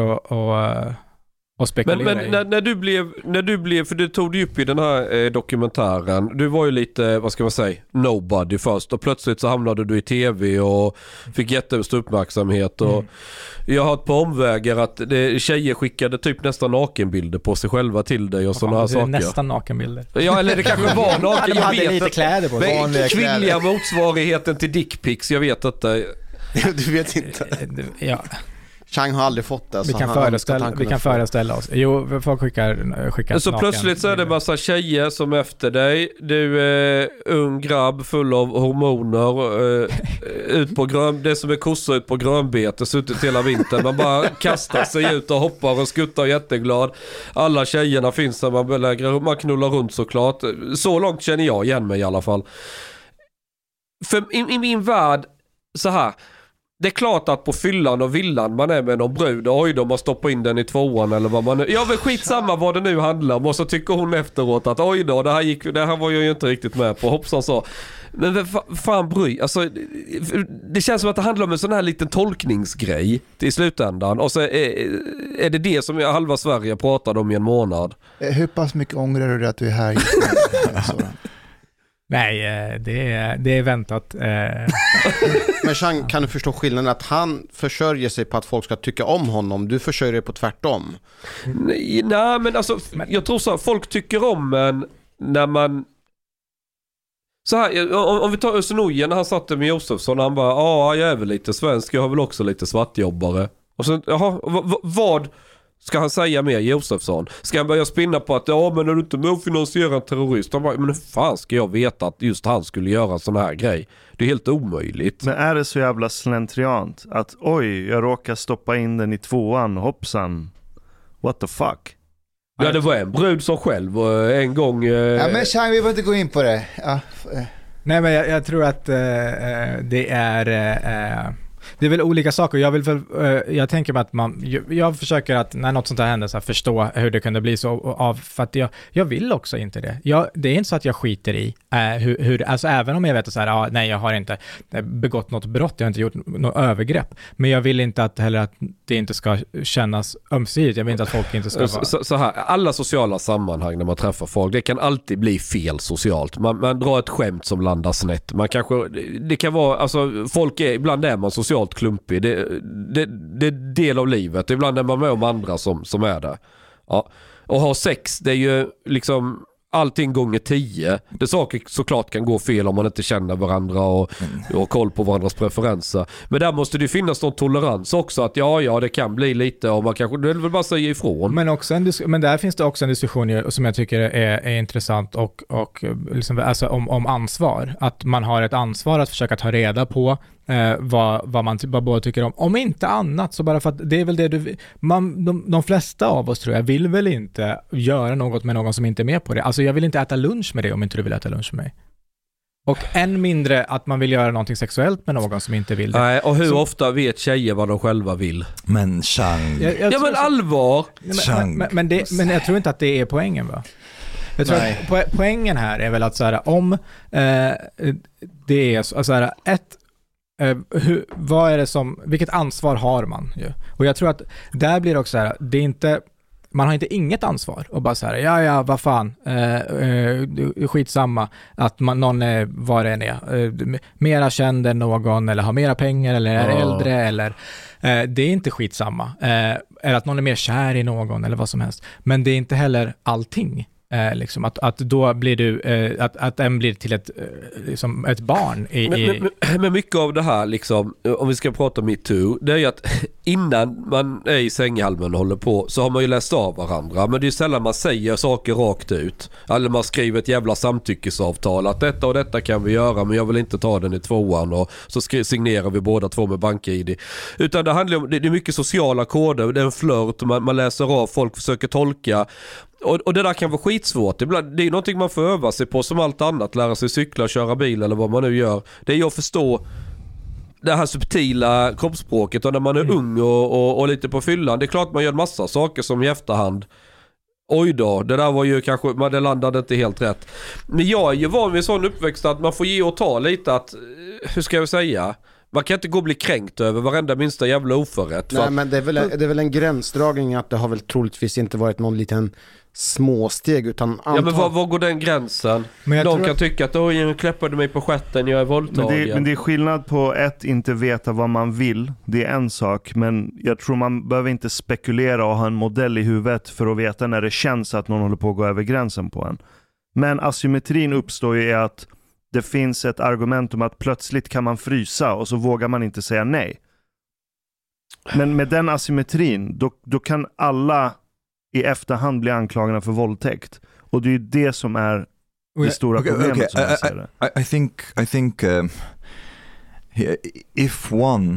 att spekulera. Men när du blev, för du tog dig upp i den här dokumentären, du var ju lite, vad ska man säga, nobody först, och plötsligt så hamnade du i tv och fick jättestor uppmärksamhet och jag har hört på omvägar att tjejer skickade typ nästan nakenbilder på sig själva till dig och sådana här saker. Nästan nakenbilder. Ja, eller det kanske var naken. Jag vet lite kläder på sig. Kvinnliga motsvarigheten till dickpics, jag vet inte. Du vet inte. Ja. Chang har aldrig fått det. Vi kan föreställa oss. Jo, folk skickar så naken. Plötsligt så är det massa tjejer som efter dig. Du är ung grabb full av hormoner. Ut på det är som är kossor ut på grönbete, suttit hela vintern. Man bara kastar sig ut och hoppar och skuttar jätteglad. Alla tjejerna finns där. Man knullar runt såklart. Så långt känner jag igen mig i alla fall. För i min värld så här. Det är klart att på fyllan och villan man är med någon brud, oj då, man stoppar in den i tvåan eller vad man nu. Jag vill skitsamma vad det nu handlar om, och så tycker hon efteråt att oj då, det här var jag ju inte riktigt med på, hoppsan så. Men fan bry, alltså det känns som att det handlar om en sån här liten tolkningsgrej i slutändan, och så är det som halva Sverige pratade om i en månad. Hur pass mycket ångrar du att du är här just nu? Nej, det är väntat. Men Chang, kan du förstå skillnaden att han försörjer sig på att folk ska tycka om honom? Du försörjer dig på tvärtom. Nej, men alltså jag tror så här, folk tycker om en när man så här, om vi tar Özenoje när han satte med Josefsson, han bara, jag är väl lite svensk, jag har väl också lite svartjobbare. Och så, vad ska han säga mer, Josefsson? Ska han börja spinna på att men är du inte med att finansiera en terrorist? Han bara, men hur fan ska jag veta att just han skulle göra en sån här grej? Det är helt omöjligt. Men är det så jävla slentriant att oj, jag råkar stoppa in den i tvåan, hoppsan. What the fuck? Ja, det var en brud som själv en gång... Ja, men Chang, vi får inte gå in på det. Ja. Nej, men jag tror att det är... Det är väl olika saker. Jag tänker mig att jag försöker att när något sånt här händer så här, förstå hur det kunde bli så för att jag vill också inte det. Det är inte så att jag skiter i alltså även om jag vet att så här, nej, jag har inte begått något brott, jag har inte gjort något övergrepp, men jag vill inte att heller att det inte ska kännas ömsesidigt. Jag vill inte att folk inte ska vara... Så här, alla sociala sammanhang när man träffar folk, det kan alltid bli fel socialt. Man drar ett skämt som landar snett. Det kan vara, alltså folk ibland är man socialt klumpig. Det är del av livet. Ibland är man med om andra som är där. Ja. Och ha sex, det är ju liksom allting gånger 10. Det saker såklart kan gå fel om man inte känner varandra och har koll på varandras preferenser. Men där måste det finnas någon tolerans också, att ja, det kan bli lite, och man kanske, det vill bara säga ifrån. Men där finns det också en diskussion som jag tycker är intressant och liksom, alltså om ansvar. Att man har ett ansvar att försöka ta reda på vad man båda tycker om inte annat, så bara för att det är väl det de flesta av oss, tror jag, vill väl inte göra något med någon som inte är med på det. Alltså jag vill inte äta lunch med dig om inte du vill äta lunch med mig. Och än mindre att man vill göra någonting sexuellt med någon som inte vill det. Nej, och hur ofta vet tjejer vad de själva vill? Men Chang. Men allvar. Men jag tror inte att det är poängen, va? Jag tror att poängen här är väl att så här, om det är så här, vad är det vilket ansvar har man ju? Och jag tror att där blir det också så här, det är inte, man har inte inget ansvar och bara så här, vad fan, skitsamma att någon är vad det än är, mera känd än någon, eller har mera pengar, eller är äldre, eller det är inte skitsamma, eller att någon är mer kär i någon, eller vad som helst, men det är inte heller allting. Liksom att då blir du att en blir till ett barn men mycket av det här, liksom, om vi ska prata om MeToo, det är ju att innan man är i sänghalmen och håller på, så har man ju läst av varandra, men det är sällan man säger saker rakt ut, eller man skriver ett jävla samtyckesavtal att detta och detta kan vi göra, men jag vill inte ta den i 2:an, och så signerar vi båda 2 med BankID, utan det handlar om, det är mycket sociala koder, det är en flört, man läser av, folk försöker tolka. Och det där kan vara skitsvårt. Det är någonting man får öva sig på som allt annat. Lära sig cykla, köra bil eller vad man nu gör. Det är ju att förstå det här subtila kroppsspråket. Och när man är ung och lite på fyllan, det är klart man gör en massa saker som i efterhand. Oj då, det där var ju kanske, det landade inte helt rätt. Men jag är ju van vid en sån uppväxt att man får ge och ta lite, att, hur ska jag säga... Man kan inte gå och bli kränkt över varenda minsta jävla oförrätt. Nej, men det är väl en gränsdragning, att det har väl troligtvis inte varit någon liten småsteg, utan Ja, men var går den gränsen? Men de kan tycka att jag kläppade mig på stjärten, jag är våldtagen. Men det är skillnad på att inte veta vad man vill. Det är en sak, men jag tror man behöver inte spekulera och ha en modell i huvudet för att veta när det känns att någon håller på att gå över gränsen på en. Men asymmetrin uppstår ju i att det finns ett argument om att plötsligt kan man frysa och så vågar man inte säga nej. Men med den asymmetrin, då kan alla i efterhand bli anklagade för våldtäkt. Och det är ju det som är det stora problemet, som jag ser det. I think if one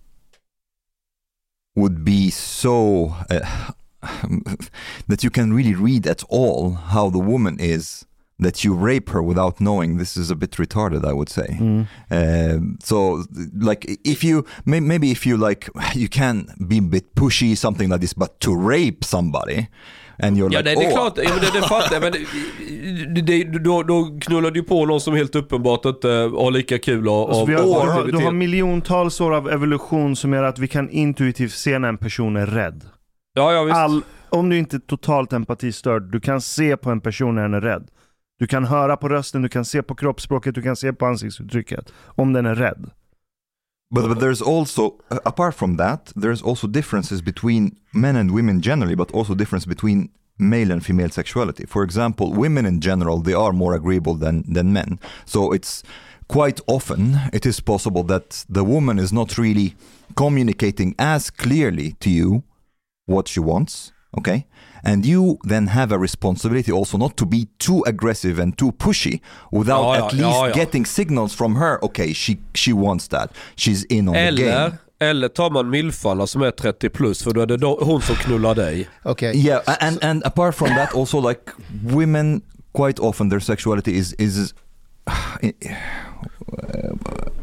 would be so that you can really read at all how the woman is, that you rape her without knowing, this is a bit retarded, I would say. So like if you maybe if you like, you can be a bit pushy, something like this, but to rape somebody and you're det är klart, det fattar, men då knullar du på någon som helt uppenbart inte har lika kul du har miljontals år av evolution som gör att vi kan intuitivt se när en person är rädd. Ja, visst. Om du inte är totalt empatistörd, du kan se på en person när den är rädd. Du kan höra på rösten, du kan se på kroppsspråket, du kan se på ansiktsuttrycket om den är rädd. But there's also, apart from that, there's also differences between men and women generally, but also difference between male and female sexuality. For example, women in general, they are more agreeable than men. So it's quite often, it is possible that the woman is not really communicating as clearly to you what she wants, okay? And you then have a responsibility also not to be too aggressive and too pushy without at least getting signals from her. Okay, she wants that. She's in on the game. Eller tar man milfarna som är 30 plus, för då är det hon som knullar dig. Okay. Yeah, and apart from that also, like, women quite often their sexuality is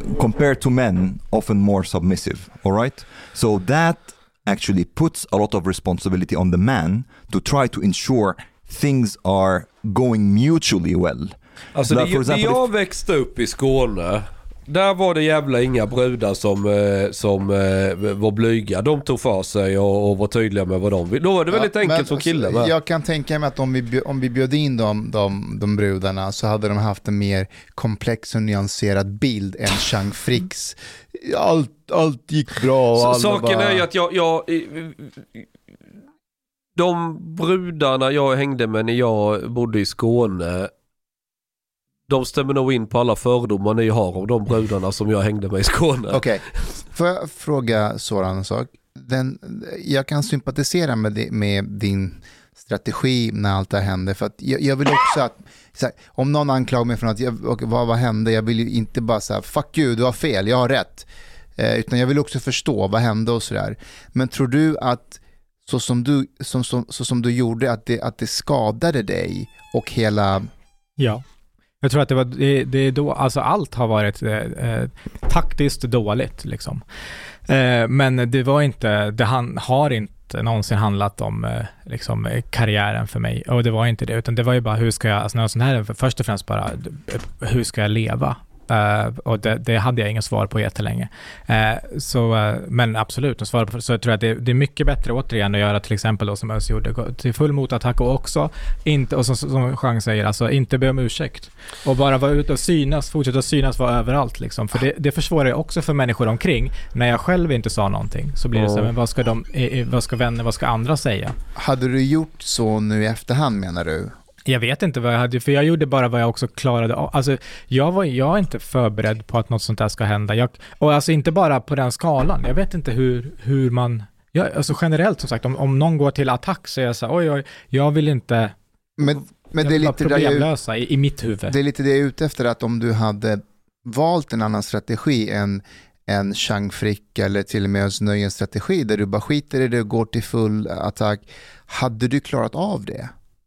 compared to men, often more submissive, all right? So that actually puts a lot of responsibility on the man to try to ensure things are going mutually well. Alltså när jag växte upp i Skåne, där var det jävla inga brudar som var blyga. De tog för sig och var tydliga med vad de vill. Då var det väldigt enkelt som kille. Men jag kan tänka mig att om vi bjöd in de brudarna så hade de haft en mer komplex och nyanserad bild än Chang Fricks. Allt gick bra. Och saken är ju att jag de brudarna jag hängde med när jag bodde i Skåne, de stämmer nog in på alla fördomar ni har om de brudarna som jag hängde med i Skåne. Okej. Får jag fråga Soran en sak? Jag kan sympatisera med din strategi när allt det här händer. För att jag vill också att om någon anklagar mig från att vad hände? Jag vill ju inte bara säga fuck you, du har fel, jag har rätt. Utan jag vill också förstå vad hände och sådär. Men tror du att så som du gjorde att det skadade dig och hela... Ja. Jag tror att det är då, alltså allt har varit taktiskt dåligt liksom. Men det var inte, har inte någonsin handlat om liksom karriären för mig, och det var inte det, utan det var ju bara hur ska jag, alltså något sånt här, först och främst bara hur ska jag leva? Och det hade jag inga svar på jättelänge. Men absolut, så jag tror att det är mycket bättre återigen att göra till exempel då, som Özz gjorde, till full motattack och också inte, och som Chang säger, alltså inte be om ursäkt och bara vara ute och synas, fortsätta synas, vara överallt liksom. För det försvårar ju också för människor omkring. När jag själv inte sa någonting så blir det så här, men vad ska vänner, vad ska andra säga? Hade du gjort så nu i efterhand, menar du? Jag vet inte vad jag hade, för jag gjorde bara vad jag också klarade av. Alltså, jag är inte förberedd på att något sånt där ska hända. Och alltså inte bara på den skalan. Jag vet inte hur man... alltså generellt som sagt, om någon går till attack så är jag så här, oj, jag vill inte... Men det är lite problemlösa i mitt huvud. Det är lite det jag är ute efter, att om du hade valt en annan strategi än Chang Frick eller till och med Özz Nöjens strategi där du bara skiter i det och går till full attack, hade du klarat av det?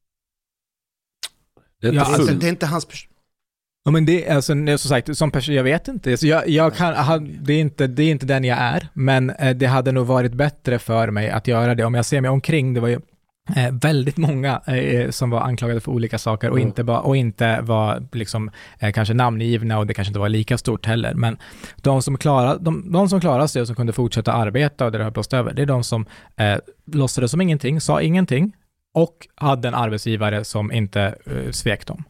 Det är inte hans Ja, men det är alltså, som sagt, som person, jag vet inte. Så jag kan, det är inte den jag är, men det hade nog varit bättre för mig att göra det. Om jag ser mig omkring, det var ju väldigt många som var anklagade för olika saker och inte var liksom kanske namngivna, och det kanske inte var lika stort heller, men de som klarade sig och som kunde fortsätta arbeta och det höll på att över, det är de som låtsades som ingenting, sa ingenting och hade en arbetsgivare som inte svek dem.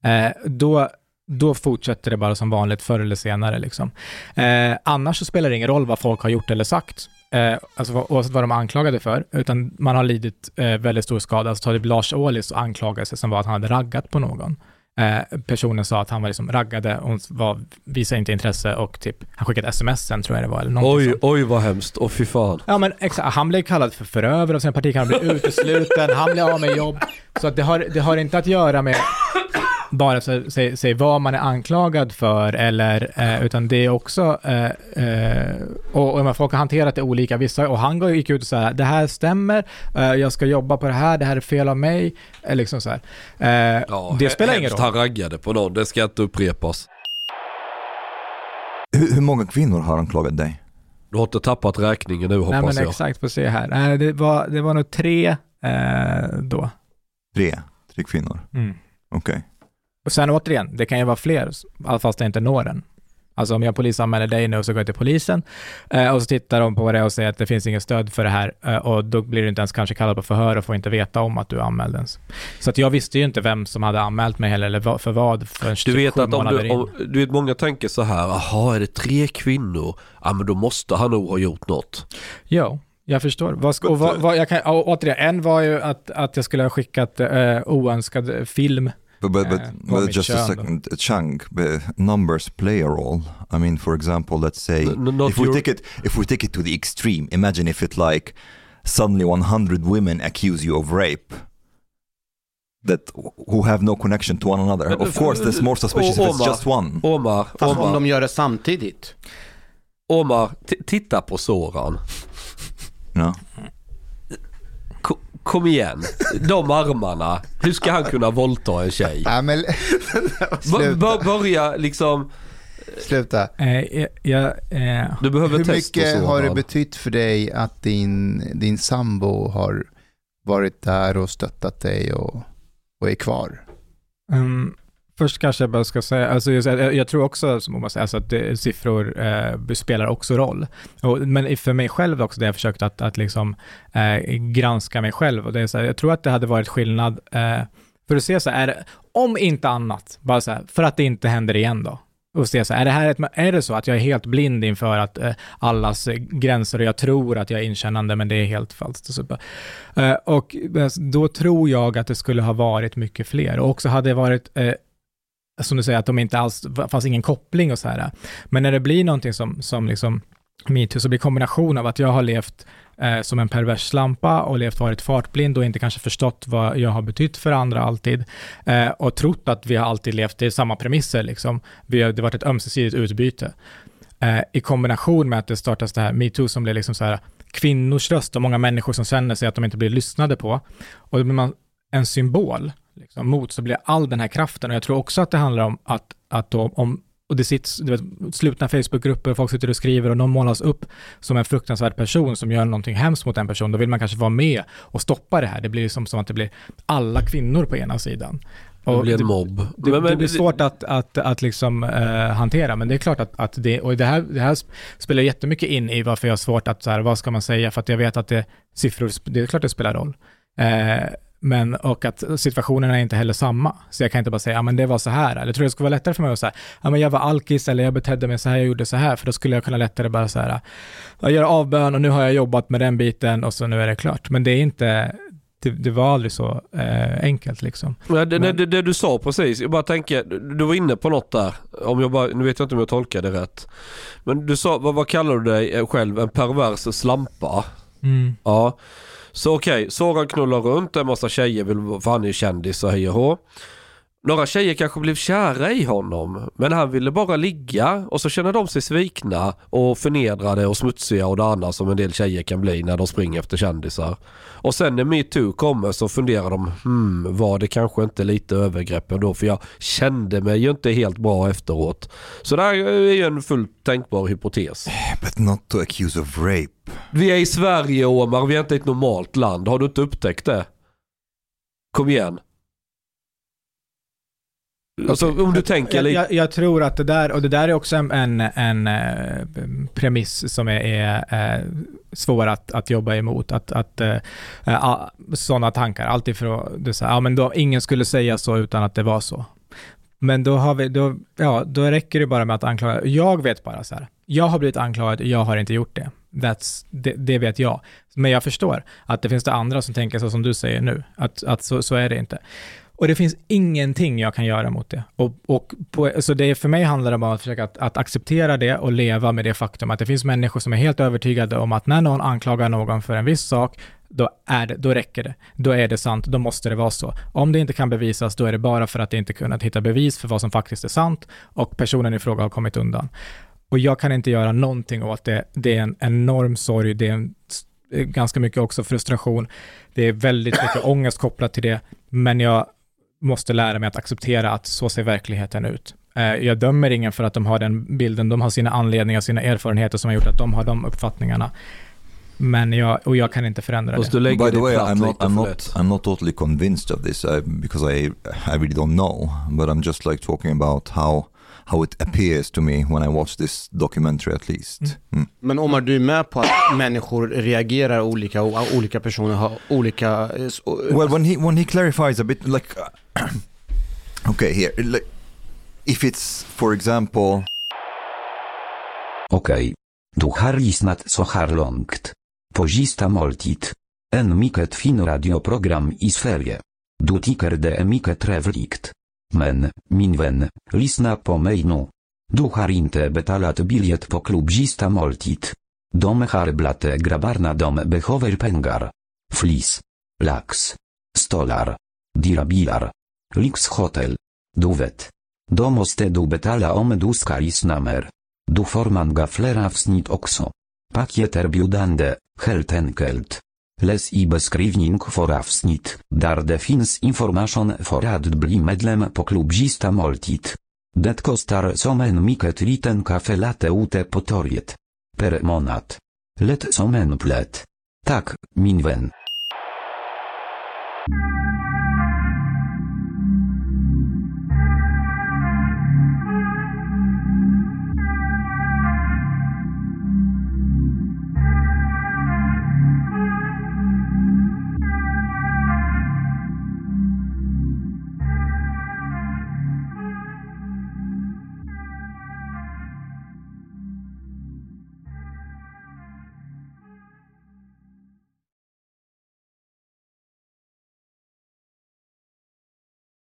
Då fortsätter det bara som vanligt förr eller senare liksom. Annars så spelar det ingen roll vad folk har gjort eller sagt, alltså oavsett vad de är anklagade för, utan man har lidit väldigt stor skada. Alltså typ Lars Ohlys anklagelse som var att han hade raggat på någon. Personen sa att han var liksom raggade och visade inte intresse, och typ han skickade sms sen, tror jag det var, eller oj vad hemskt, fy fan. Ja, men exakt, han blev kallad för förövare av sin partikamrat, blev utesluten, han blev av med jobb. Så att det har inte att göra med bara säg vad man är anklagad för, eller utan det är också och folk har hanterat det olika, vissa, och han gick ut och sa det här stämmer, jag ska jobba på det här är fel av mig, liksom så här. Det spelar ingen roll. Han raggade på någon, det ska inte upprepas. Hur många kvinnor har anklagat dig? Du har inte tappat räkningen nu, hoppas jag. Nej, men exakt, får se här. Det var nog 3 då. 3 kvinnor? Okej. Och sen återigen, det kan ju vara fler, fast det inte når den. Alltså om jag polisanmäler dig nu, så går jag till polisen och så tittar de på det och säger att det finns inget stöd för det här, och då blir du inte ens kanske kallad på förhör och får inte veta om att du anmäldes. Så att jag visste ju inte vem som hade anmält mig heller, eller för vad. Du vet att du vet, många tänker så här, aha, är det 3 kvinnor? Ja, men då måste han nog ha gjort något. Ja, jag förstår. Återigen, en var ju att jag skulle ha skickat oönskad film. But just a second, Chang, numbers play a role. I mean, for example, let's say if we take it to the extreme, imagine if it like suddenly 100 women accuse you of rape who have no connection to one another. Of course, there's more suspicious if it's just one. Omar, om de gör det samtidigt. Omar, titta på Soran. Ja. Kom igen, de armarna. Hur ska han kunna våldta en tjej? Ja, men... Börja liksom... Sluta. Du behöver hur testa mycket så, har det betytt för dig att din sambo har varit där och stöttat dig och är kvar? Först kanske jag bara ska säga, alltså jag tror också som man säger, alltså att siffror spelar också roll. Men för mig själv också, där jag försökt att liksom granska mig själv. Och det är så här, jag tror att det hade varit skillnad för att se så här, är det, om inte annat, bara så här, för att det inte händer igen då. Och se så här, är det så att jag är helt blind inför att allas gränser och jag tror att jag är inkännande, men det är helt falskt. Och då tror jag att det skulle ha varit mycket fler. Och också hade det varit som du säger, att de inte alls fanns ingen koppling och så här. Men när det blir någonting som liksom MeToo, så blir kombination av att jag har levt som en pervers slampa och varit fartblind och inte kanske förstått vad jag har betytt för andra alltid och trott att vi har alltid levt i samma premisser liksom. Det har varit ett ömsesidigt utbyte. I kombination med att det startas det här MeToo som blir liksom så här kvinnors röst och många människor som känner sig att de inte blir lyssnade på, och då blir man en symbol liksom, mot, så blir all den här kraften. Och jag tror också att det handlar om att och det sitter slutna Facebookgrupper, folk sitter och skriver och någon målas upp som en fruktansvärd person som gör någonting hemskt mot en person. Då vill man kanske vara med och stoppa det här. Det blir som att det blir alla kvinnor på ena sidan. Och det blir en mobb. Det blir svårt att liksom hantera, men det är klart att det här spelar jättemycket in i varför jag har svårt att så här, vad ska man säga, för att jag vet att siffror, det är klart det spelar roll. Men och att situationerna är inte heller samma. Så jag kan inte bara säga, men det var så här. Eller jag tror det skulle vara lättare för mig att säga, men jag var alkis eller jag betedde mig så här, jag gjorde så här. För då skulle jag kunna lättare bara så här, jag gör avbön och nu har jag jobbat med den biten och så nu är det klart. Men det är inte, det var aldrig så enkelt liksom. Det du sa precis, jag bara tänker, du var inne på något där. Nu vet jag inte om jag tolkar det rätt. Men du sa, vad kallar du dig själv? En pervers slampa? Ja. Så okej, Soran knullar runt, en massa tjejer vill, för han är kändis och hej och hå. Några tjejer kanske blev kära i honom, men han ville bara ligga, och så känner de sig svikna och förnedrade och smutsiga och det andra som en del tjejer kan bli när de springer efter kändisar. Och sen när MeToo kommer så funderar de, var det kanske inte lite övergrepp ändå, för jag kände mig ju inte helt bra efteråt. Så det här är ju en fullt tänkbar hypotes. But not to accuse of rape. Vi är i Sverige, Omar, vi är inte ett normalt land. Har du inte upptäckt det? Kom igen. Alltså, om du tänker lite... jag tror att det där är också en premiss som är svår att jobba emot, att sådana tankar alltid för det så här, men då ingen skulle säga så utan att det var så. Men då räcker det bara med att anklaga. Jag vet bara så här, jag har blivit anklagad, jag har inte gjort det. Det vet jag. Men jag förstår att det finns det andra som tänker så som du säger nu, att så är det inte. Och det finns ingenting jag kan göra mot det. Så det för mig handlar det om att försöka att acceptera det och leva med det faktum att det finns människor som är helt övertygade om att när någon anklagar någon för en viss sak, då räcker det. Då är det sant, då måste det vara så. Om det inte kan bevisas, då är det bara för att det inte kunnat hitta bevis för vad som faktiskt är sant och personen i fråga har kommit undan. Och jag kan inte göra någonting åt det. Det är en enorm sorg, det är ganska mycket också frustration. Det är väldigt mycket ångest kopplat till det, men jag måste lära mig att acceptera att så ser verkligheten ut. Jag dömer ingen för att de har den bilden, de har sina anledningar, sina erfarenheter som har gjort att de har de uppfattningarna. Men jag kan inte förändra det. By the way, I'm not totally convinced of this because I really don't know, but I'm just like talking about how it appears to me when I watch this documentary at least. Men Omar, du är med på att människor reagerar olika och olika personer har olika... Well, when he clarifies a bit, like... okay, here. Like, if it's, for example... Okej. Du har lyssnat så här långt. På sista måltid. En mycket fin radioprogram i Sverige. Du tycker det är mycket trevligt. Men, min vän, lyssna på mig nu. Du har inte betalat biljett på klubb sista måltid. De har blate grabbarna, de behöver pengar. Flis. Lax. Stolar. Dyra bilar. Lyxhotel. Du vet. Då måste du betala om du ska lyssna mer. Du får många fler avsnitt också. Paket erbjudande, helt enkelt. Läs i beskrivning för avsnitt, där det finns information för att bli medlem på klubb sista måltid. Det kostar som en mycket liten kaffelatte ute på torget. Per månad. Lätt som en plätt. Tack, min vän.